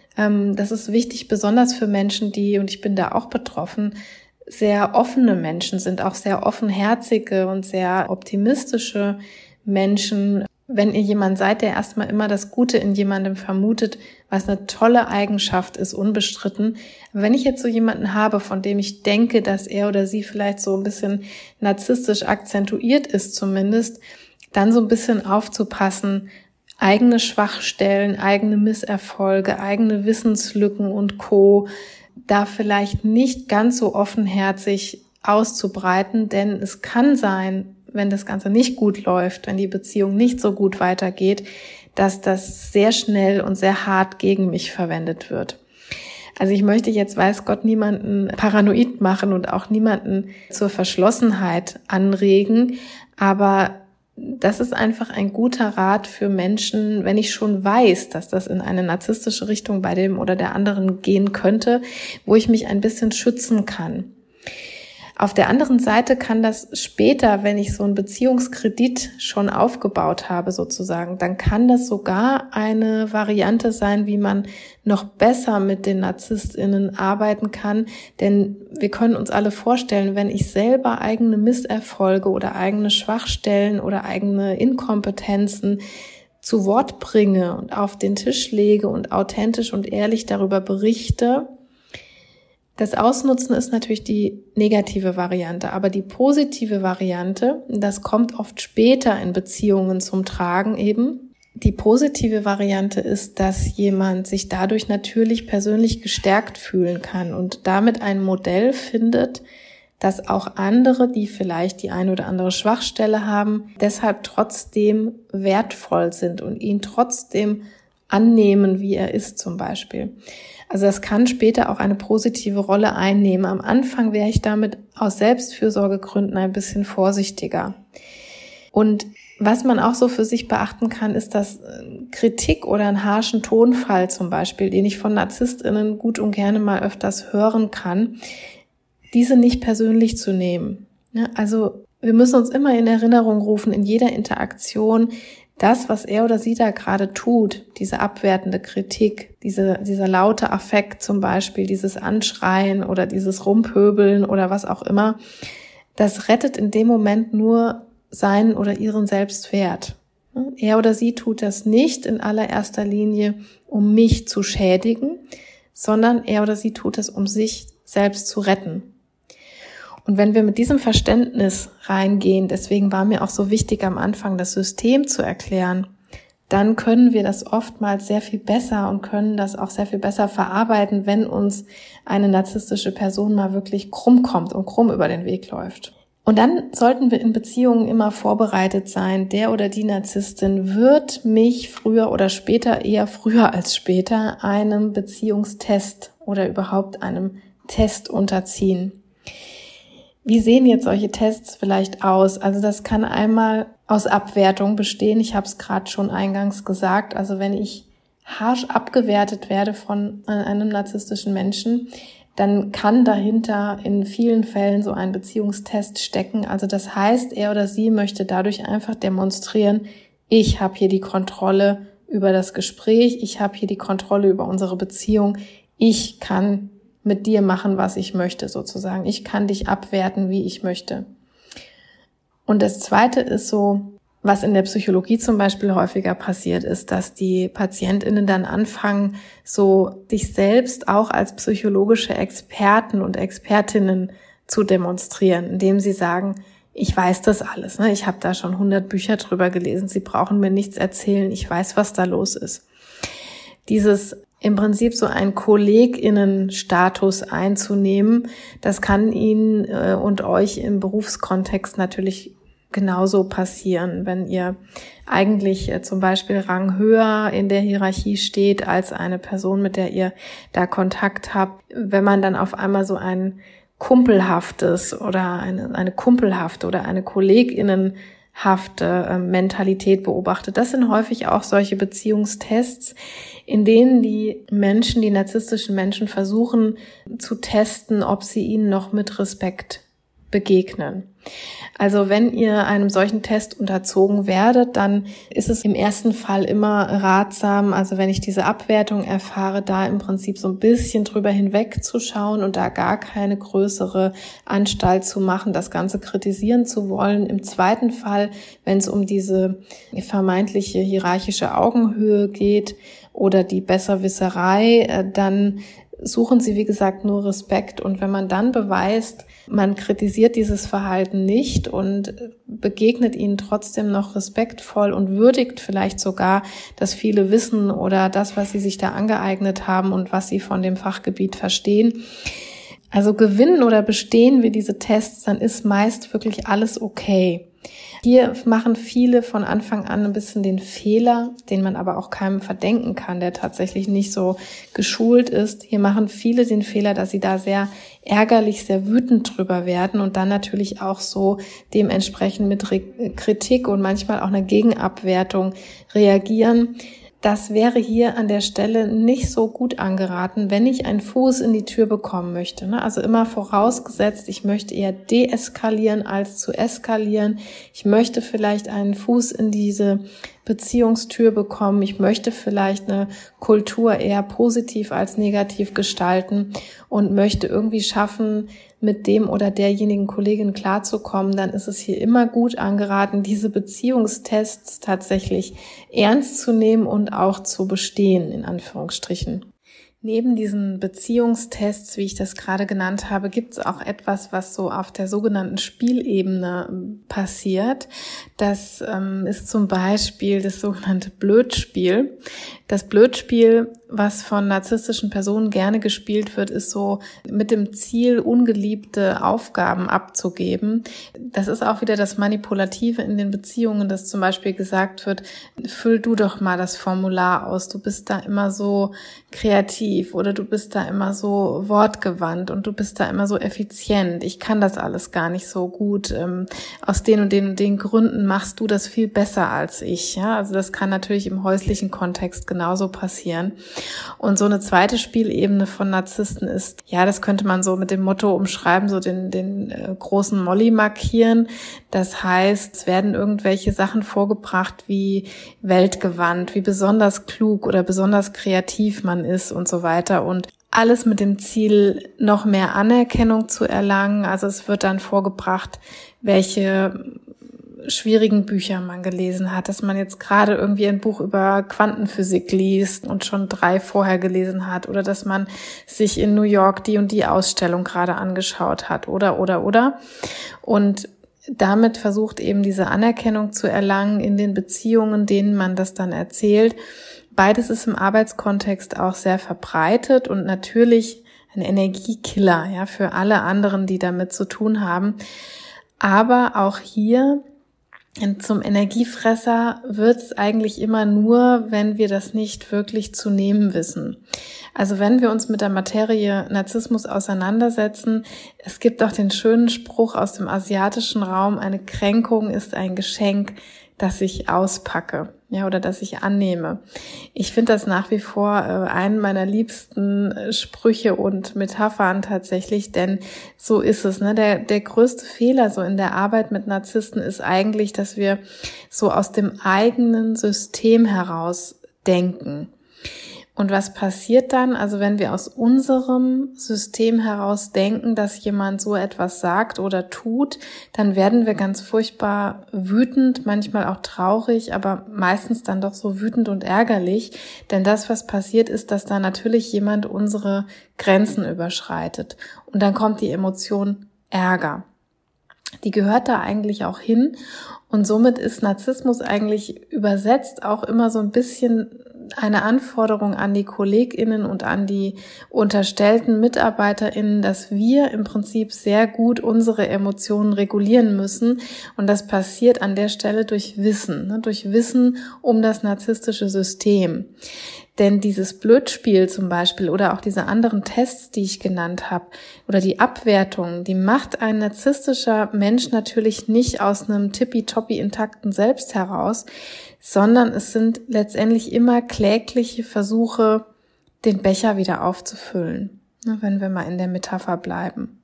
Das ist wichtig, besonders für Menschen, die, und ich bin da auch betroffen, sehr offene Menschen sind, auch sehr offenherzige und sehr optimistische Menschen. Wenn ihr jemand seid, der erstmal immer das Gute in jemandem vermutet, was eine tolle Eigenschaft ist, unbestritten. Aber wenn ich jetzt so jemanden habe, von dem ich denke, dass er oder sie vielleicht so ein bisschen narzisstisch akzentuiert ist zumindest, dann so ein bisschen aufzupassen, eigene Schwachstellen, eigene Misserfolge, eigene Wissenslücken und Co. da vielleicht nicht ganz so offenherzig auszubreiten, denn es kann sein, wenn das Ganze nicht gut läuft, wenn die Beziehung nicht so gut weitergeht, dass das sehr schnell und sehr hart gegen mich verwendet wird. Also ich möchte jetzt, weiß Gott, niemanden paranoid machen und auch niemanden zur Verschlossenheit anregen, aber das ist einfach ein guter Rat für Menschen, wenn ich schon weiß, dass das in eine narzisstische Richtung bei dem oder der anderen gehen könnte, wo ich mich ein bisschen schützen kann. Auf der anderen Seite kann das später, wenn ich so einen Beziehungskredit schon aufgebaut habe sozusagen, dann kann das sogar eine Variante sein, wie man noch besser mit den NarzisstInnen arbeiten kann. Denn wir können uns alle vorstellen, wenn ich selber eigene Misserfolge oder eigene Schwachstellen oder eigene Inkompetenzen zu Wort bringe und auf den Tisch lege und authentisch und ehrlich darüber berichte. Das Ausnutzen ist natürlich die negative Variante, aber die positive Variante, das kommt oft später in Beziehungen zum Tragen eben. Die positive Variante ist, dass jemand sich dadurch natürlich persönlich gestärkt fühlen kann und damit ein Modell findet, dass auch andere, die vielleicht die eine oder andere Schwachstelle haben, deshalb trotzdem wertvoll sind und ihn trotzdem annehmen, wie er ist zum Beispiel. Also das kann später auch eine positive Rolle einnehmen. Am Anfang wäre ich damit aus Selbstfürsorgegründen ein bisschen vorsichtiger. Und was man auch so für sich beachten kann, ist, dass Kritik oder einen harschen Tonfall zum Beispiel, den ich von NarzisstInnen gut und gerne mal öfters hören kann, diese nicht persönlich zu nehmen. Also wir müssen uns immer in Erinnerung rufen, in jeder Interaktion, das, was er oder sie da gerade tut, diese abwertende Kritik, diese, dieser laute Affekt zum Beispiel, dieses Anschreien oder dieses Rumpöbeln oder was auch immer, das rettet in dem Moment nur seinen oder ihren Selbstwert. Er oder sie tut das nicht in allererster Linie, um mich zu schädigen, sondern er oder sie tut es, um sich selbst zu retten. Und wenn wir mit diesem Verständnis reingehen, deswegen war mir auch so wichtig am Anfang das System zu erklären, dann können wir das oftmals sehr viel besser und können das auch sehr viel besser verarbeiten, wenn uns eine narzisstische Person mal wirklich krumm kommt und krumm über den Weg läuft. Und dann sollten wir in Beziehungen immer vorbereitet sein, der oder die Narzisstin wird mich früher oder später, eher früher als später, einem Beziehungstest oder überhaupt einem Test unterziehen. Wie sehen jetzt solche Tests vielleicht aus? Also das kann einmal aus Abwertung bestehen. Ich habe es gerade schon eingangs gesagt. Also wenn ich harsch abgewertet werde von einem narzisstischen Menschen, dann kann dahinter in vielen Fällen so ein Beziehungstest stecken. Also das heißt, er oder sie möchte dadurch einfach demonstrieren, ich habe hier die Kontrolle über das Gespräch, ich habe hier die Kontrolle über unsere Beziehung, ich kann mit dir machen, was ich möchte sozusagen. Ich kann dich abwerten, wie ich möchte. Und das Zweite ist so, was in der Psychologie zum Beispiel häufiger passiert ist, dass die PatientInnen dann anfangen, so sich selbst auch als psychologische Experten und Expertinnen zu demonstrieren, indem sie sagen, ich weiß das alles, ne? Ich habe da schon hundert Bücher drüber gelesen, Sie brauchen mir nichts erzählen, ich weiß, was da los ist. Dieses im Prinzip so einen KollegInnen-Status einzunehmen, das kann Ihnen äh, und euch im Berufskontext natürlich genauso passieren, wenn ihr eigentlich äh, zum Beispiel Rang höher in der Hierarchie steht als eine Person, mit der ihr da Kontakt habt. Wenn man dann auf einmal so ein kumpelhaftes oder eine, eine kumpelhafte oder eine KollegInnen hafte äh, Mentalität beobachtet. Das sind häufig auch solche Beziehungstests, in denen die Menschen, die narzisstischen Menschen versuchen zu testen, ob sie ihnen noch mit Respekt begegnen. Also wenn ihr einem solchen Test unterzogen werdet, dann ist es im ersten Fall immer ratsam, also wenn ich diese Abwertung erfahre, da im Prinzip so ein bisschen drüber hinwegzuschauen und da gar keine größere Anstalt zu machen, das Ganze kritisieren zu wollen. Im zweiten Fall, wenn es um diese vermeintliche hierarchische Augenhöhe geht oder die Besserwisserei, dann suchen Sie, wie gesagt, nur Respekt. Und wenn man dann beweist, man kritisiert dieses Verhalten nicht und begegnet ihnen trotzdem noch respektvoll und würdigt vielleicht sogar das viele Wissen oder das, was sie sich da angeeignet haben und was sie von dem Fachgebiet verstehen. Also gewinnen oder bestehen wir diese Tests, dann ist meist wirklich alles okay. Hier machen viele von Anfang an ein bisschen den Fehler, den man aber auch keinem verdenken kann, der tatsächlich nicht so geschult ist. Hier machen viele den Fehler, dass sie da sehr ärgerlich, sehr wütend drüber werden und dann natürlich auch so dementsprechend mit Re- Kritik und manchmal auch einer Gegenabwertung reagieren. Das wäre hier an der Stelle nicht so gut angeraten, wenn ich einen Fuß in die Tür bekommen möchte. Also immer vorausgesetzt, ich möchte eher deeskalieren als zu eskalieren. Ich möchte vielleicht einen Fuß in diese Beziehungstür bekommen. Ich möchte vielleicht eine Kultur eher positiv als negativ gestalten und möchte irgendwie schaffen, mit dem oder derjenigen Kollegin klarzukommen, dann ist es hier immer gut angeraten, diese Beziehungstests tatsächlich ernst zu nehmen und auch zu bestehen, in Anführungsstrichen. Neben diesen Beziehungstests, wie ich das gerade genannt habe, gibt es auch etwas, was so auf der sogenannten Spielebene passiert. Das ähm, ist zum Beispiel das sogenannte Blödspiel. Das Blödspiel, was von narzisstischen Personen gerne gespielt wird, ist so mit dem Ziel, ungeliebte Aufgaben abzugeben. Das ist auch wieder das Manipulative in den Beziehungen, dass zum Beispiel gesagt wird, füll du doch mal das Formular aus, du bist da immer so kreativ oder du bist da immer so wortgewandt und du bist da immer so effizient. Ich kann das alles gar nicht so gut. Ähm, aus den und den und den Gründen machst du das viel besser als ich. Ja, also das kann natürlich im häuslichen Kontext genauso passieren. Und so eine zweite Spielebene von Narzissten ist, ja, das könnte man so mit dem Motto umschreiben, so den, den äh, großen Molly markieren. Das heißt, es werden irgendwelche Sachen vorgebracht wie weltgewandt, wie besonders klug oder besonders kreativ man ist und so weiter. Und alles mit dem Ziel, noch mehr Anerkennung zu erlangen. Also es wird dann vorgebracht, welche schwierigen Bücher man gelesen hat, dass man jetzt gerade irgendwie ein Buch über Quantenphysik liest und schon drei vorher gelesen hat oder dass man sich in New York die und die Ausstellung gerade angeschaut hat oder, oder, oder. Und damit versucht eben diese Anerkennung zu erlangen in den Beziehungen, denen man das dann erzählt. Beides ist im Arbeitskontext auch sehr verbreitet und natürlich ein Energiekiller, ja, für alle anderen, die damit zu tun haben. Aber auch hier zum Energiefresser wird es eigentlich immer nur, wenn wir das nicht wirklich zu nehmen wissen. Also wenn wir uns mit der Materie Narzissmus auseinandersetzen, es gibt auch den schönen Spruch aus dem asiatischen Raum, eine Kränkung ist ein Geschenk, das ich auspacke, ja, oder das ich annehme. Ich finde das nach wie vor äh, einen meiner liebsten äh, Sprüche und Metaphern tatsächlich, denn so ist es, ne? Der, der größte Fehler so in der Arbeit mit Narzissten ist eigentlich, dass wir so aus dem eigenen System heraus denken. Und was passiert dann? Also wenn wir aus unserem System heraus denken, dass jemand so etwas sagt oder tut, dann werden wir ganz furchtbar wütend, manchmal auch traurig, aber meistens dann doch so wütend und ärgerlich. Denn das, was passiert, ist, dass da natürlich jemand unsere Grenzen überschreitet. Und dann kommt die Emotion Ärger. Die gehört da eigentlich auch hin. Und somit ist Narzissmus eigentlich übersetzt auch immer so ein bisschen eine Anforderung an die KollegInnen und an die unterstellten MitarbeiterInnen, dass wir im Prinzip sehr gut unsere Emotionen regulieren müssen. Und das passiert an der Stelle durch Wissen, ne, durch Wissen um das narzisstische System. Denn dieses Blödspiel zum Beispiel oder auch diese anderen Tests, die ich genannt habe, oder die Abwertung, die macht ein narzisstischer Mensch natürlich nicht aus einem tippitoppi intakten Selbst heraus, sondern es sind letztendlich immer klägliche Versuche, den Becher wieder aufzufüllen, wenn wir mal in der Metapher bleiben.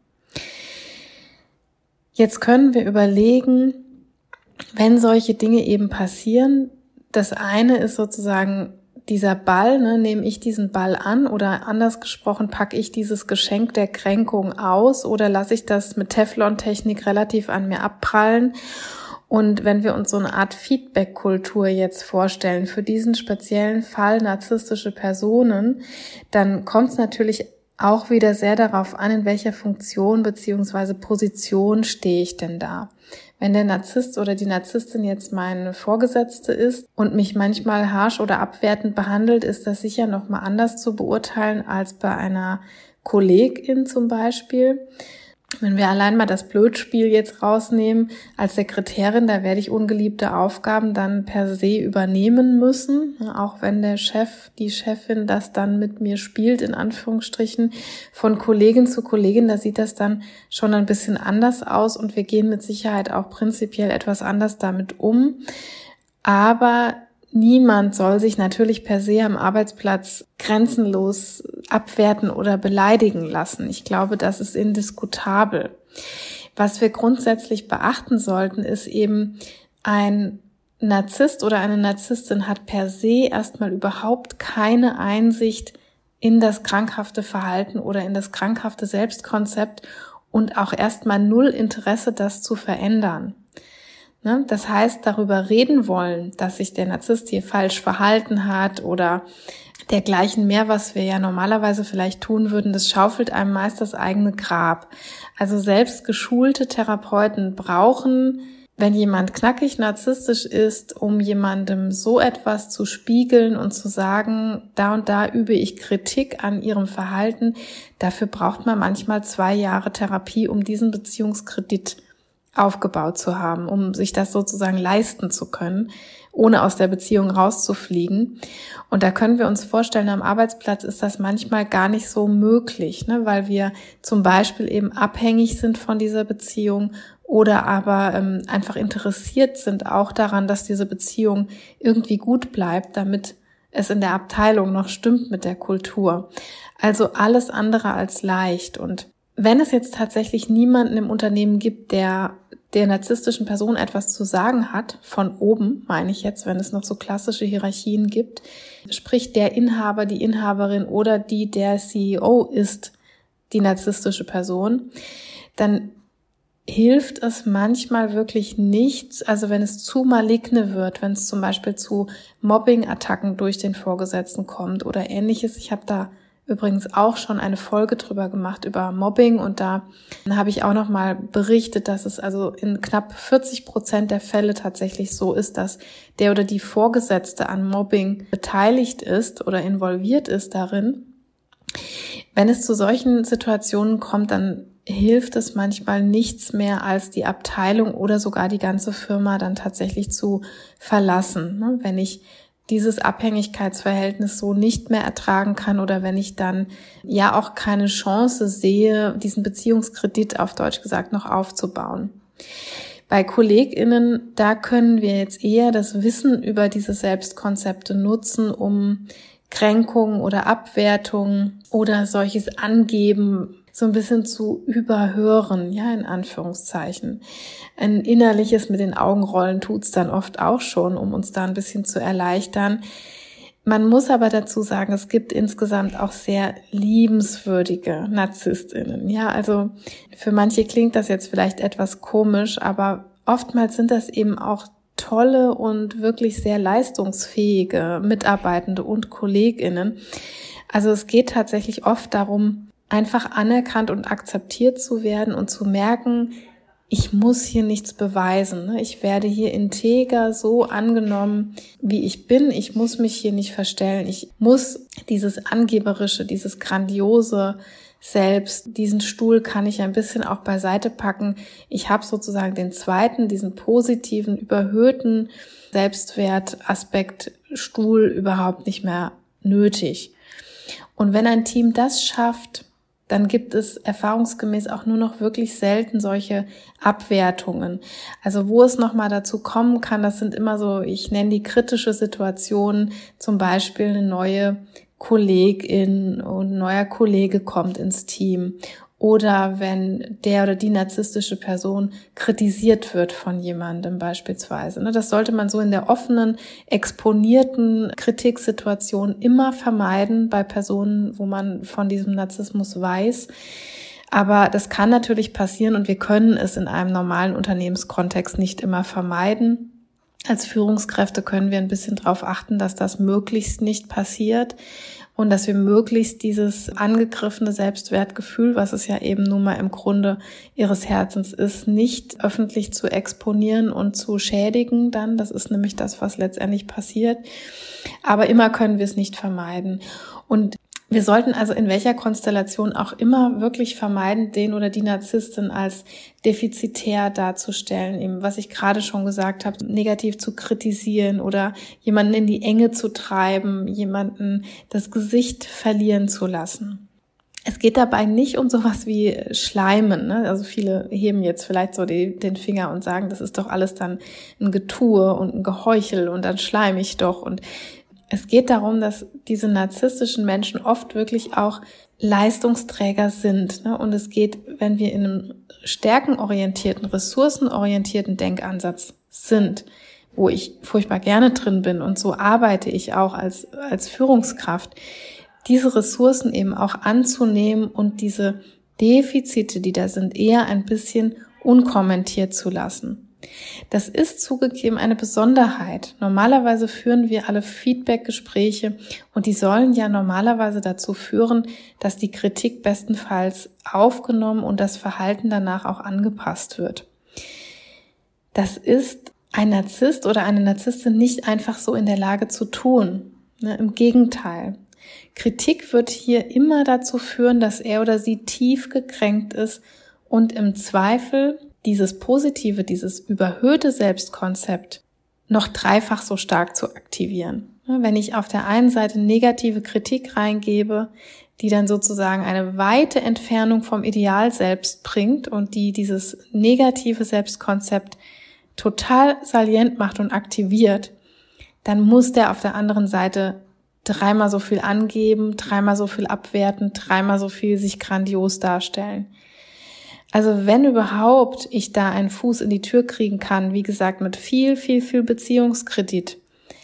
Jetzt können wir überlegen, wenn solche Dinge eben passieren, das eine ist sozusagen dieser Ball, ne, nehme ich diesen Ball an oder anders gesprochen, packe ich dieses Geschenk der Kränkung aus oder lasse ich das mit Teflon-Technik relativ an mir abprallen? Und wenn wir uns so eine Art Feedback-Kultur jetzt vorstellen für diesen speziellen Fall narzisstische Personen, dann kommt es natürlich auch wieder sehr darauf an, in welcher Funktion bzw. Position stehe ich denn da. Wenn der Narzisst oder die Narzisstin jetzt meine Vorgesetzte ist und mich manchmal harsch oder abwertend behandelt, ist das sicher nochmal anders zu beurteilen als bei einer Kollegin zum Beispiel. Wenn wir allein mal das Blödspiel jetzt rausnehmen, als Sekretärin, da werde ich ungeliebte Aufgaben dann per se übernehmen müssen, auch wenn der Chef, die Chefin das dann mit mir spielt, in Anführungsstrichen. Von Kollegin zu Kollegin, da sieht das dann schon ein bisschen anders aus und wir gehen mit Sicherheit auch prinzipiell etwas anders damit um. Aber niemand soll sich natürlich per se am Arbeitsplatz grenzenlos abwerten oder beleidigen lassen. Ich glaube, das ist indiskutabel. Was wir grundsätzlich beachten sollten, ist eben, ein Narzisst oder eine Narzisstin hat per se erstmal überhaupt keine Einsicht in das krankhafte Verhalten oder in das krankhafte Selbstkonzept und auch erstmal null Interesse, das zu verändern. Das heißt, darüber reden wollen, dass sich der Narzisst hier falsch verhalten hat oder dergleichen mehr, was wir ja normalerweise vielleicht tun würden, das schaufelt einem meist das eigene Grab. Also selbst geschulte Therapeuten brauchen, wenn jemand knackig narzisstisch ist, um jemandem so etwas zu spiegeln und zu sagen, da und da übe ich Kritik an ihrem Verhalten, dafür braucht man manchmal zwei Jahre Therapie, um diesen Beziehungskredit aufgebaut zu haben, um sich das sozusagen leisten zu können, ohne aus der Beziehung rauszufliegen. Und da können wir uns vorstellen, am Arbeitsplatz ist das manchmal gar nicht so möglich, ne, weil wir zum Beispiel eben abhängig sind von dieser Beziehung oder aber ähm, einfach interessiert sind auch daran, dass diese Beziehung irgendwie gut bleibt, damit es in der Abteilung noch stimmt mit der Kultur. Also alles andere als leicht. Und wenn es jetzt tatsächlich niemanden im Unternehmen gibt, der der narzisstischen Person etwas zu sagen hat, von oben, meine ich jetzt, wenn es noch so klassische Hierarchien gibt, sprich der Inhaber, die Inhaberin oder die der C E O ist die narzisstische Person, dann hilft es manchmal wirklich nichts, also wenn es zu maligne wird, wenn es zum Beispiel zu Mobbing-Attacken durch den Vorgesetzten kommt oder ähnliches. Ich habe da übrigens auch schon eine Folge drüber gemacht, über Mobbing, und da habe ich auch nochmal berichtet, dass es also in knapp vierzig Prozent der Fälle tatsächlich so ist, dass der oder die Vorgesetzte an Mobbing beteiligt ist oder involviert ist darin. Wenn es zu solchen Situationen kommt, dann hilft es manchmal nichts mehr, als die Abteilung oder sogar die ganze Firma dann tatsächlich zu verlassen. Wenn ich dieses Abhängigkeitsverhältnis so nicht mehr ertragen kann oder wenn ich dann ja auch keine Chance sehe, diesen Beziehungskredit auf Deutsch gesagt noch aufzubauen. Bei KollegInnen, da können wir jetzt eher das Wissen über diese Selbstkonzepte nutzen, um Kränkungen oder Abwertungen oder solches Angeben so ein bisschen zu überhören, ja, in Anführungszeichen. Ein innerliches mit den Augenrollen tut's dann oft auch schon, um uns da ein bisschen zu erleichtern. Man muss aber dazu sagen, es gibt insgesamt auch sehr liebenswürdige NarzisstInnen. Ja, also für manche klingt das jetzt vielleicht etwas komisch, aber oftmals sind das eben auch tolle und wirklich sehr leistungsfähige Mitarbeitende und KollegInnen. Also es geht tatsächlich oft darum, einfach anerkannt und akzeptiert zu werden und zu merken, ich muss hier nichts beweisen. Ich werde hier integer so angenommen, wie ich bin. Ich muss mich hier nicht verstellen. Ich muss dieses Angeberische, dieses Grandiose selbst, diesen Stuhl kann ich ein bisschen auch beiseite packen. Ich habe sozusagen den zweiten, diesen positiven, überhöhten Selbstwertaspekt Stuhl überhaupt nicht mehr nötig. Und wenn ein Team das schafft, dann gibt es erfahrungsgemäß auch nur noch wirklich selten solche Abwertungen. Also wo es nochmal dazu kommen kann, das sind immer so, ich nenne die kritische Situationen, zum Beispiel eine neue Kollegin und ein neuer Kollege kommt ins Team oder wenn der oder die narzisstische Person kritisiert wird von jemandem beispielsweise. Das sollte man so in der offenen, exponierten Kritiksituation immer vermeiden bei Personen, wo man von diesem Narzissmus weiß. Aber das kann natürlich passieren und wir können es in einem normalen Unternehmenskontext nicht immer vermeiden. Als Führungskräfte können wir ein bisschen darauf achten, dass das möglichst nicht passiert. Und dass wir möglichst dieses angegriffene Selbstwertgefühl, was es ja eben nun mal im Grunde ihres Herzens ist, nicht öffentlich zu exponieren und zu schädigen dann. Das ist nämlich das, was letztendlich passiert. Aber immer können wir es nicht vermeiden. Und Wir sollten also in welcher Konstellation auch immer wirklich vermeiden, den oder die Narzisstin als defizitär darzustellen, eben was ich gerade schon gesagt habe, negativ zu kritisieren oder jemanden in die Enge zu treiben, jemanden das Gesicht verlieren zu lassen. Es geht dabei nicht um sowas wie Schleimen, ne? Also viele heben jetzt vielleicht so die, den Finger und sagen, das ist doch alles dann ein Getue und ein Geheuchel und dann schleim ich doch. Und es geht darum, dass diese narzisstischen Menschen oft wirklich auch Leistungsträger sind, ne? Und es geht, wenn wir in einem stärkenorientierten, ressourcenorientierten Denkansatz sind, wo ich furchtbar gerne drin bin und so arbeite ich auch als, als Führungskraft, diese Ressourcen eben auch anzunehmen und diese Defizite, die da sind, eher ein bisschen unkommentiert zu lassen. Das ist zugegeben eine Besonderheit. Normalerweise führen wir alle Feedback-Gespräche und die sollen ja normalerweise dazu führen, dass die Kritik bestenfalls aufgenommen und das Verhalten danach auch angepasst wird. Das ist ein Narzisst oder eine Narzisstin nicht einfach so in der Lage zu tun. Ne, im Gegenteil. Kritik wird hier immer dazu führen, dass er oder sie tief gekränkt ist und im Zweifel dieses positive, dieses überhöhte Selbstkonzept noch dreifach so stark zu aktivieren. Wenn ich auf der einen Seite negative Kritik reingebe, die dann sozusagen eine weite Entfernung vom Ideal selbst bringt und die dieses negative Selbstkonzept total salient macht und aktiviert, dann muss der auf der anderen Seite dreimal so viel angeben, dreimal so viel abwerten, dreimal so viel sich grandios darstellen. Also wenn überhaupt ich da einen Fuß in die Tür kriegen kann, wie gesagt, mit viel, viel, viel Beziehungskredit,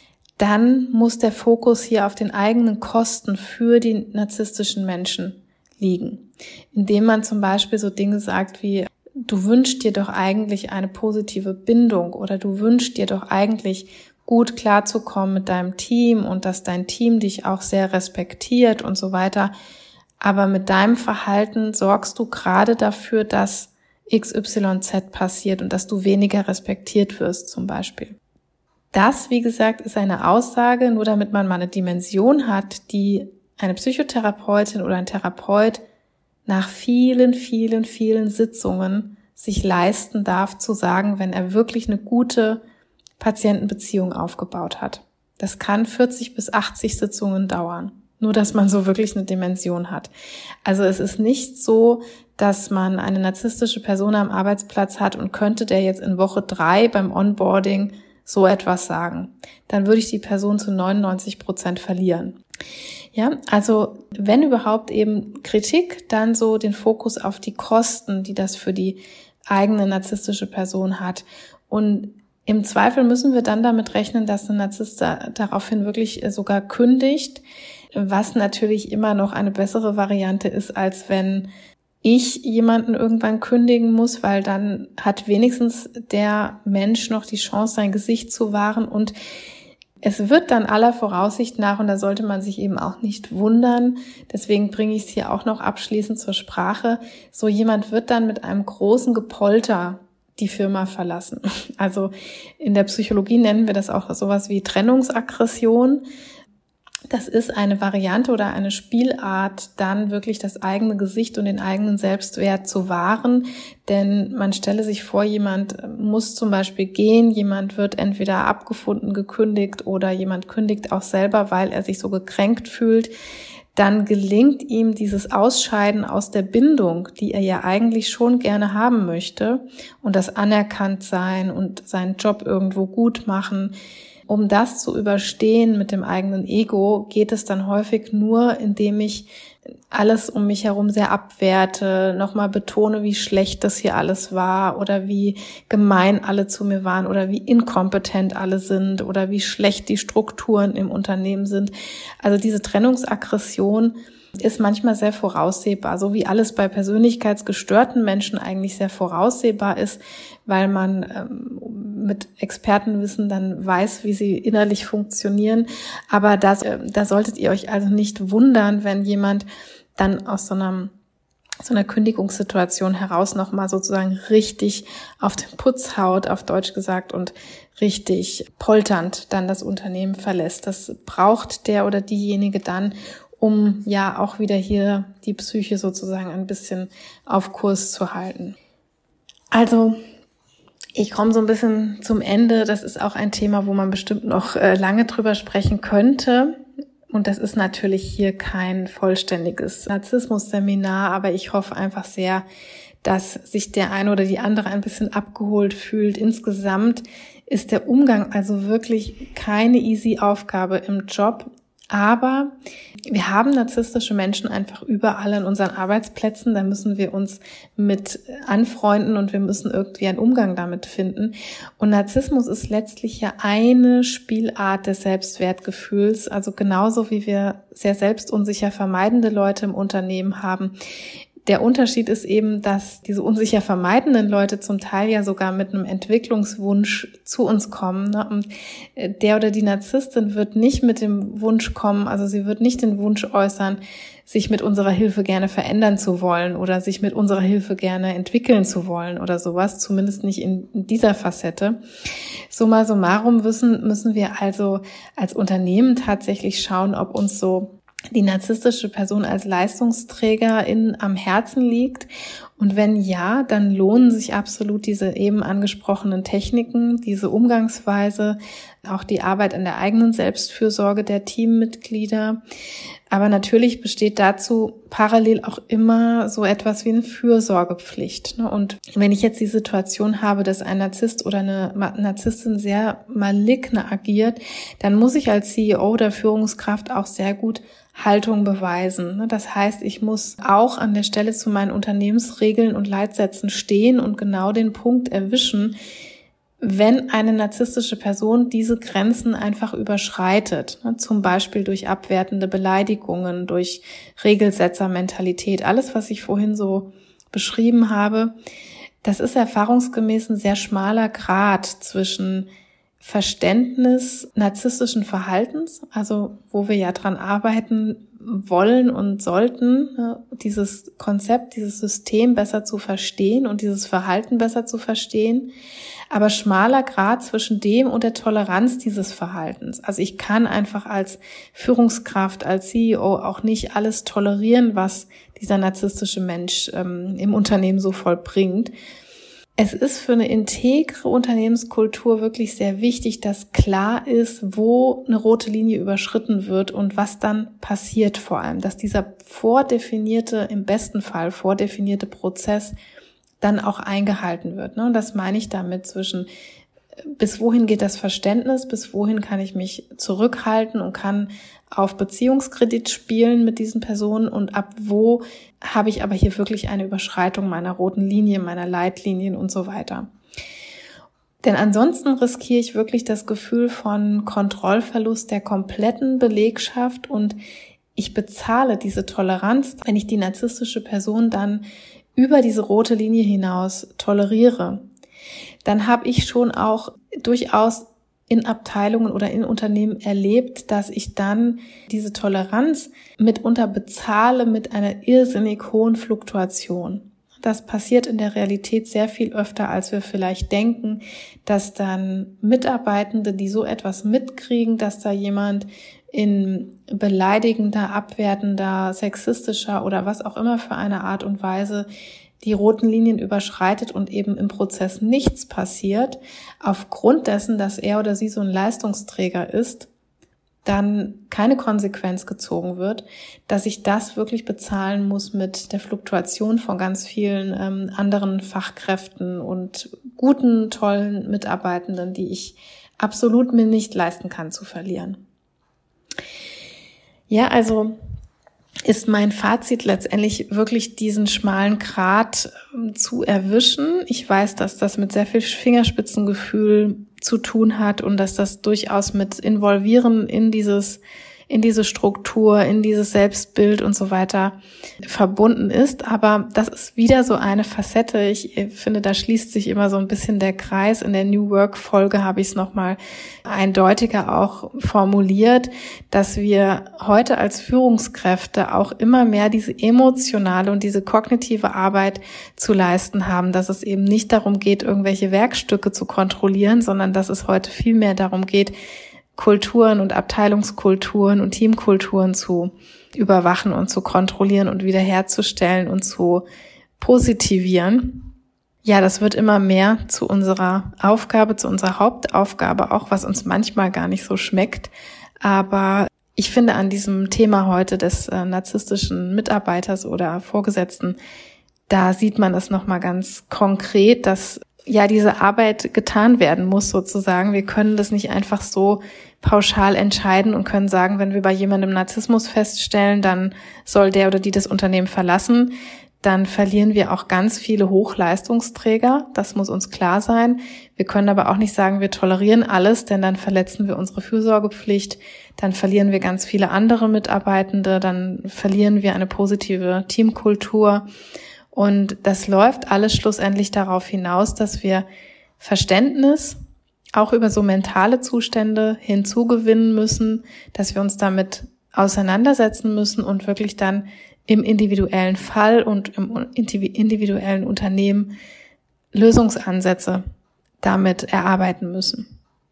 dann muss der Fokus hier auf den eigenen Kosten für die narzisstischen Menschen liegen. Indem man zum Beispiel so Dinge sagt wie, du wünschst dir doch eigentlich eine positive Bindung oder du wünschst dir doch eigentlich gut klarzukommen mit deinem Team und dass dein Team dich auch sehr respektiert und so weiter. Aber mit deinem Verhalten sorgst du gerade dafür, dass X Y Z passiert und dass du weniger respektiert wirst zum Beispiel. Das, wie gesagt, ist eine Aussage, nur damit man mal eine Dimension hat, die eine Psychotherapeutin oder ein Therapeut nach vielen, vielen, vielen Sitzungen sich leisten darf zu sagen, wenn er wirklich eine gute Patientenbeziehung aufgebaut hat. Das kann vierzig bis achtzig Sitzungen dauern. Nur, dass man so wirklich eine Dimension hat. Also es ist nicht so, dass man eine narzisstische Person am Arbeitsplatz hat und könnte der jetzt in Woche drei beim Onboarding so etwas sagen. Dann würde ich die Person zu neunundneunzig Prozent verlieren. Ja, also wenn überhaupt eben Kritik, dann so den Fokus auf die Kosten, die das für die eigene narzisstische Person hat. Und im Zweifel müssen wir dann damit rechnen, dass ein Narzisst daraufhin wirklich sogar kündigt, was natürlich immer noch eine bessere Variante ist, als wenn ich jemanden irgendwann kündigen muss, weil dann hat wenigstens der Mensch noch die Chance, sein Gesicht zu wahren und es wird dann aller Voraussicht nach, und da sollte man sich eben auch nicht wundern, deswegen bringe ich es hier auch noch abschließend zur Sprache, so jemand wird dann mit einem großen Gepolter die Firma verlassen. Also in der Psychologie nennen wir das auch sowas wie Trennungsaggression. Das ist eine Variante oder eine Spielart, dann wirklich das eigene Gesicht und den eigenen Selbstwert zu wahren. Denn man stelle sich vor, jemand muss zum Beispiel gehen, jemand wird entweder abgefunden, gekündigt oder jemand kündigt auch selber, weil er sich so gekränkt fühlt. Dann gelingt ihm dieses Ausscheiden aus der Bindung, die er ja eigentlich schon gerne haben möchte, und das Anerkanntsein und seinen Job irgendwo gut machen. Um das zu überstehen mit dem eigenen Ego, geht es dann häufig nur, indem ich alles um mich herum sehr abwerte, nochmal betone, wie schlecht das hier alles war oder wie gemein alle zu mir waren oder wie inkompetent alle sind oder wie schlecht die Strukturen im Unternehmen sind. Also diese Trennungsaggression ist manchmal sehr voraussehbar, so wie alles bei persönlichkeitsgestörten Menschen eigentlich sehr voraussehbar ist, weil man ähm, mit Expertenwissen dann weiß, wie sie innerlich funktionieren. Aber das, äh, da solltet ihr euch also nicht wundern, wenn jemand dann aus so einer, so einer Kündigungssituation heraus nochmal sozusagen richtig auf den Putz haut, auf Deutsch gesagt, und richtig polternd dann das Unternehmen verlässt. Das braucht der oder diejenige dann, um ja auch wieder hier die Psyche sozusagen ein bisschen auf Kurs zu halten. Also ich komme so ein bisschen zum Ende. Das ist auch ein Thema, wo man bestimmt noch äh, lange drüber sprechen könnte. Und das ist natürlich hier kein vollständiges Narzissmus-Seminar, aber ich hoffe einfach sehr, dass sich der eine oder die andere ein bisschen abgeholt fühlt. Insgesamt ist der Umgang also wirklich keine easy Aufgabe im Job. Aber wir haben narzisstische Menschen einfach überall an unseren Arbeitsplätzen. Da müssen wir uns mit anfreunden und wir müssen irgendwie einen Umgang damit finden. Und Narzissmus ist letztlich ja eine Spielart des Selbstwertgefühls. Also genauso wie wir sehr selbstunsicher vermeidende Leute im Unternehmen haben. Der Unterschied ist eben, dass diese unsicher vermeidenden Leute zum Teil ja sogar mit einem Entwicklungswunsch zu uns kommen. Ne? Und der oder die Narzisstin wird nicht mit dem Wunsch kommen, also sie wird nicht den Wunsch äußern, sich mit unserer Hilfe gerne verändern zu wollen oder sich mit unserer Hilfe gerne entwickeln zu wollen oder sowas, zumindest nicht in dieser Facette. Summa summarum müssen, müssen wir also als Unternehmen tatsächlich schauen, ob uns so die narzisstische Person als Leistungsträgerin am Herzen liegt. Und wenn ja, dann lohnen sich absolut diese eben angesprochenen Techniken, diese Umgangsweise, auch die Arbeit an der eigenen Selbstfürsorge der Teammitglieder. Aber natürlich besteht dazu parallel auch immer so etwas wie eine Fürsorgepflicht. Und wenn ich jetzt die Situation habe, dass ein Narzisst oder eine Narzisstin sehr maligne agiert, dann muss ich als C E O oder Führungskraft auch sehr gut Haltung beweisen. Das heißt, ich muss auch an der Stelle zu meinen Unternehmensregeln und Leitsätzen stehen und genau den Punkt erwischen, wenn eine narzisstische Person diese Grenzen einfach überschreitet, zum Beispiel durch abwertende Beleidigungen, durch Regelsetzermentalität, alles, was ich vorhin so beschrieben habe, das ist erfahrungsgemäß ein sehr schmaler Grat zwischen Verständnis narzisstischen Verhaltens, also wo wir ja dran arbeiten wollen und sollten, dieses Konzept, dieses System besser zu verstehen und dieses Verhalten besser zu verstehen, aber schmaler Grad zwischen dem und der Toleranz dieses Verhaltens. Also ich kann einfach als Führungskraft, als C E O auch nicht alles tolerieren, was dieser narzisstische Mensch ähm, im Unternehmen so vollbringt. Es ist für eine integre Unternehmenskultur wirklich sehr wichtig, dass klar ist, wo eine rote Linie überschritten wird und was dann passiert vor allem, dass dieser vordefinierte, im besten Fall vordefinierte Prozess dann auch eingehalten wird. Und das meine ich damit zwischen, bis wohin geht das Verständnis, bis wohin kann ich mich zurückhalten und kann auf Beziehungskredit spielen mit diesen Personen und ab wo habe ich aber hier wirklich eine Überschreitung meiner roten Linie, meiner Leitlinien und so weiter. Denn ansonsten riskiere ich wirklich das Gefühl von Kontrollverlust der kompletten Belegschaft und ich bezahle diese Toleranz, wenn ich die narzisstische Person dann über diese rote Linie hinaus toleriere. Dann habe ich schon auch durchaus in Abteilungen oder in Unternehmen erlebt, dass ich dann diese Toleranz mitunter bezahle mit einer irrsinnig hohen Fluktuation. Das passiert in der Realität sehr viel öfter, als wir vielleicht denken, dass dann Mitarbeitende, die so etwas mitkriegen, dass da jemand in beleidigender, abwertender, sexistischer oder was auch immer für eine Art und Weise die roten Linien überschreitet und eben im Prozess nichts passiert, aufgrund dessen, dass er oder sie so ein Leistungsträger ist, dann keine Konsequenz gezogen wird, dass ich das wirklich bezahlen muss mit der Fluktuation von ganz vielen ähm, anderen Fachkräften und guten, tollen Mitarbeitenden, die ich absolut mir nicht leisten kann zu verlieren. Ja, also ist mein Fazit letztendlich wirklich diesen schmalen Grat zu erwischen. Ich weiß, dass das mit sehr viel Fingerspitzengefühl zu tun hat und dass das durchaus mit Involvieren in dieses, in diese Struktur, in dieses Selbstbild und so weiter verbunden ist. Aber das ist wieder so eine Facette. Ich finde, da schließt sich immer so ein bisschen der Kreis. In der New Work Folge habe ich es nochmal eindeutiger auch formuliert, dass wir heute als Führungskräfte auch immer mehr diese emotionale und diese kognitive Arbeit zu leisten haben, dass es eben nicht darum geht, irgendwelche Werkstücke zu kontrollieren, sondern dass es heute viel mehr darum geht, Kulturen und Abteilungskulturen und Teamkulturen zu überwachen und zu kontrollieren und wiederherzustellen und zu positivieren. Ja, das wird immer mehr zu unserer Aufgabe, zu unserer Hauptaufgabe, auch was uns manchmal gar nicht so schmeckt. Aber ich finde an diesem Thema heute des äh, narzisstischen Mitarbeiters oder Vorgesetzten, da sieht man es nochmal ganz konkret, dass ja diese Arbeit getan werden muss sozusagen. Wir können das nicht einfach so pauschal entscheiden und können sagen, wenn wir bei jemandem Narzissmus feststellen, dann soll der oder die das Unternehmen verlassen. Dann verlieren wir auch ganz viele Hochleistungsträger. Das muss uns klar sein. Wir können aber auch nicht sagen, wir tolerieren alles, denn dann verletzen wir unsere Fürsorgepflicht. Dann verlieren wir ganz viele andere Mitarbeitende. Dann verlieren wir eine positive Teamkultur. Und das läuft alles schlussendlich darauf hinaus, dass wir Verständnis auch über so mentale Zustände hinzugewinnen müssen, dass wir uns damit auseinandersetzen müssen und wirklich dann im individuellen Fall und im individuellen Unternehmen Lösungsansätze damit erarbeiten müssen.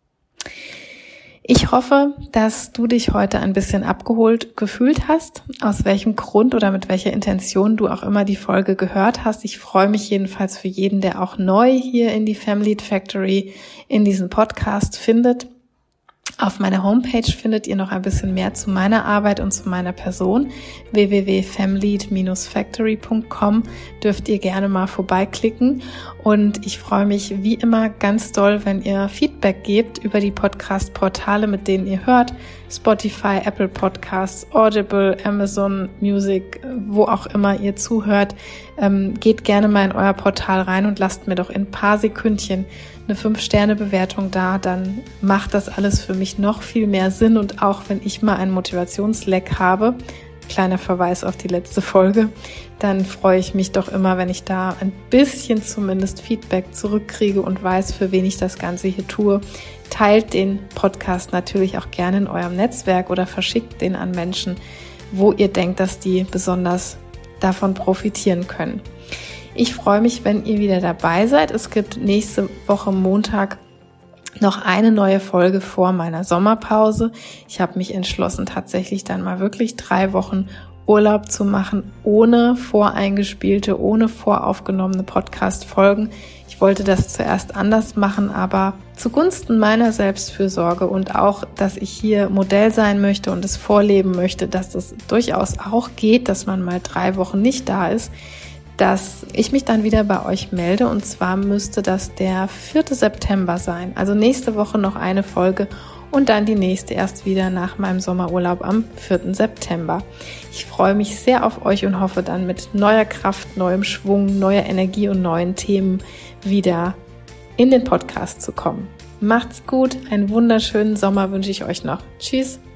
Ich hoffe, dass du dich heute ein bisschen abgeholt gefühlt hast, aus welchem Grund oder mit welcher Intention du auch immer die Folge gehört hast. Ich freue mich jedenfalls für jeden, der auch neu hier in die Family Factory in diesen Podcast findet. Auf meiner Homepage findet ihr noch ein bisschen mehr zu meiner Arbeit und zu meiner Person. w w w punkt family factory punkt com dürft ihr gerne mal vorbeiklicken. Und ich freue mich wie immer ganz doll, wenn ihr Feedback gebt über die Podcast-Portale, mit denen ihr hört. Spotify, Apple Podcasts, Audible, Amazon Music, wo auch immer ihr zuhört. Ähm, geht gerne mal in euer Portal rein und lasst mir doch in ein paar Sekündchen eine fünf Sterne Bewertung da, dann macht das alles für mich noch viel mehr Sinn. Und auch wenn ich mal einen Motivationsleck habe, kleiner Verweis auf die letzte Folge, dann freue ich mich doch immer, wenn ich da ein bisschen zumindest Feedback zurückkriege und weiß, für wen ich das Ganze hier tue. Teilt den Podcast natürlich auch gerne in eurem Netzwerk oder verschickt den an Menschen, wo ihr denkt, dass die besonders davon profitieren können. Ich freue mich, wenn ihr wieder dabei seid. Es gibt nächste Woche Montag noch eine neue Folge vor meiner Sommerpause. Ich habe mich entschlossen, tatsächlich dann mal wirklich drei Wochen Urlaub zu machen, ohne voreingespielte, ohne voraufgenommene Podcast-Folgen. Ich wollte das zuerst anders machen, aber zugunsten meiner Selbstfürsorge und auch, dass ich hier Modell sein möchte und es vorleben möchte, dass es durchaus auch geht, dass man mal drei Wochen nicht da ist, dass ich mich dann wieder bei euch melde, und zwar müsste das der vierte September sein. Also nächste Woche noch eine Folge und dann die nächste erst wieder nach meinem Sommerurlaub am vierten September. Ich freue mich sehr auf euch und hoffe dann mit neuer Kraft, neuem Schwung, neuer Energie und neuen Themen wieder in den Podcast zu kommen. Macht's gut, einen wunderschönen Sommer wünsche ich euch noch. Tschüss!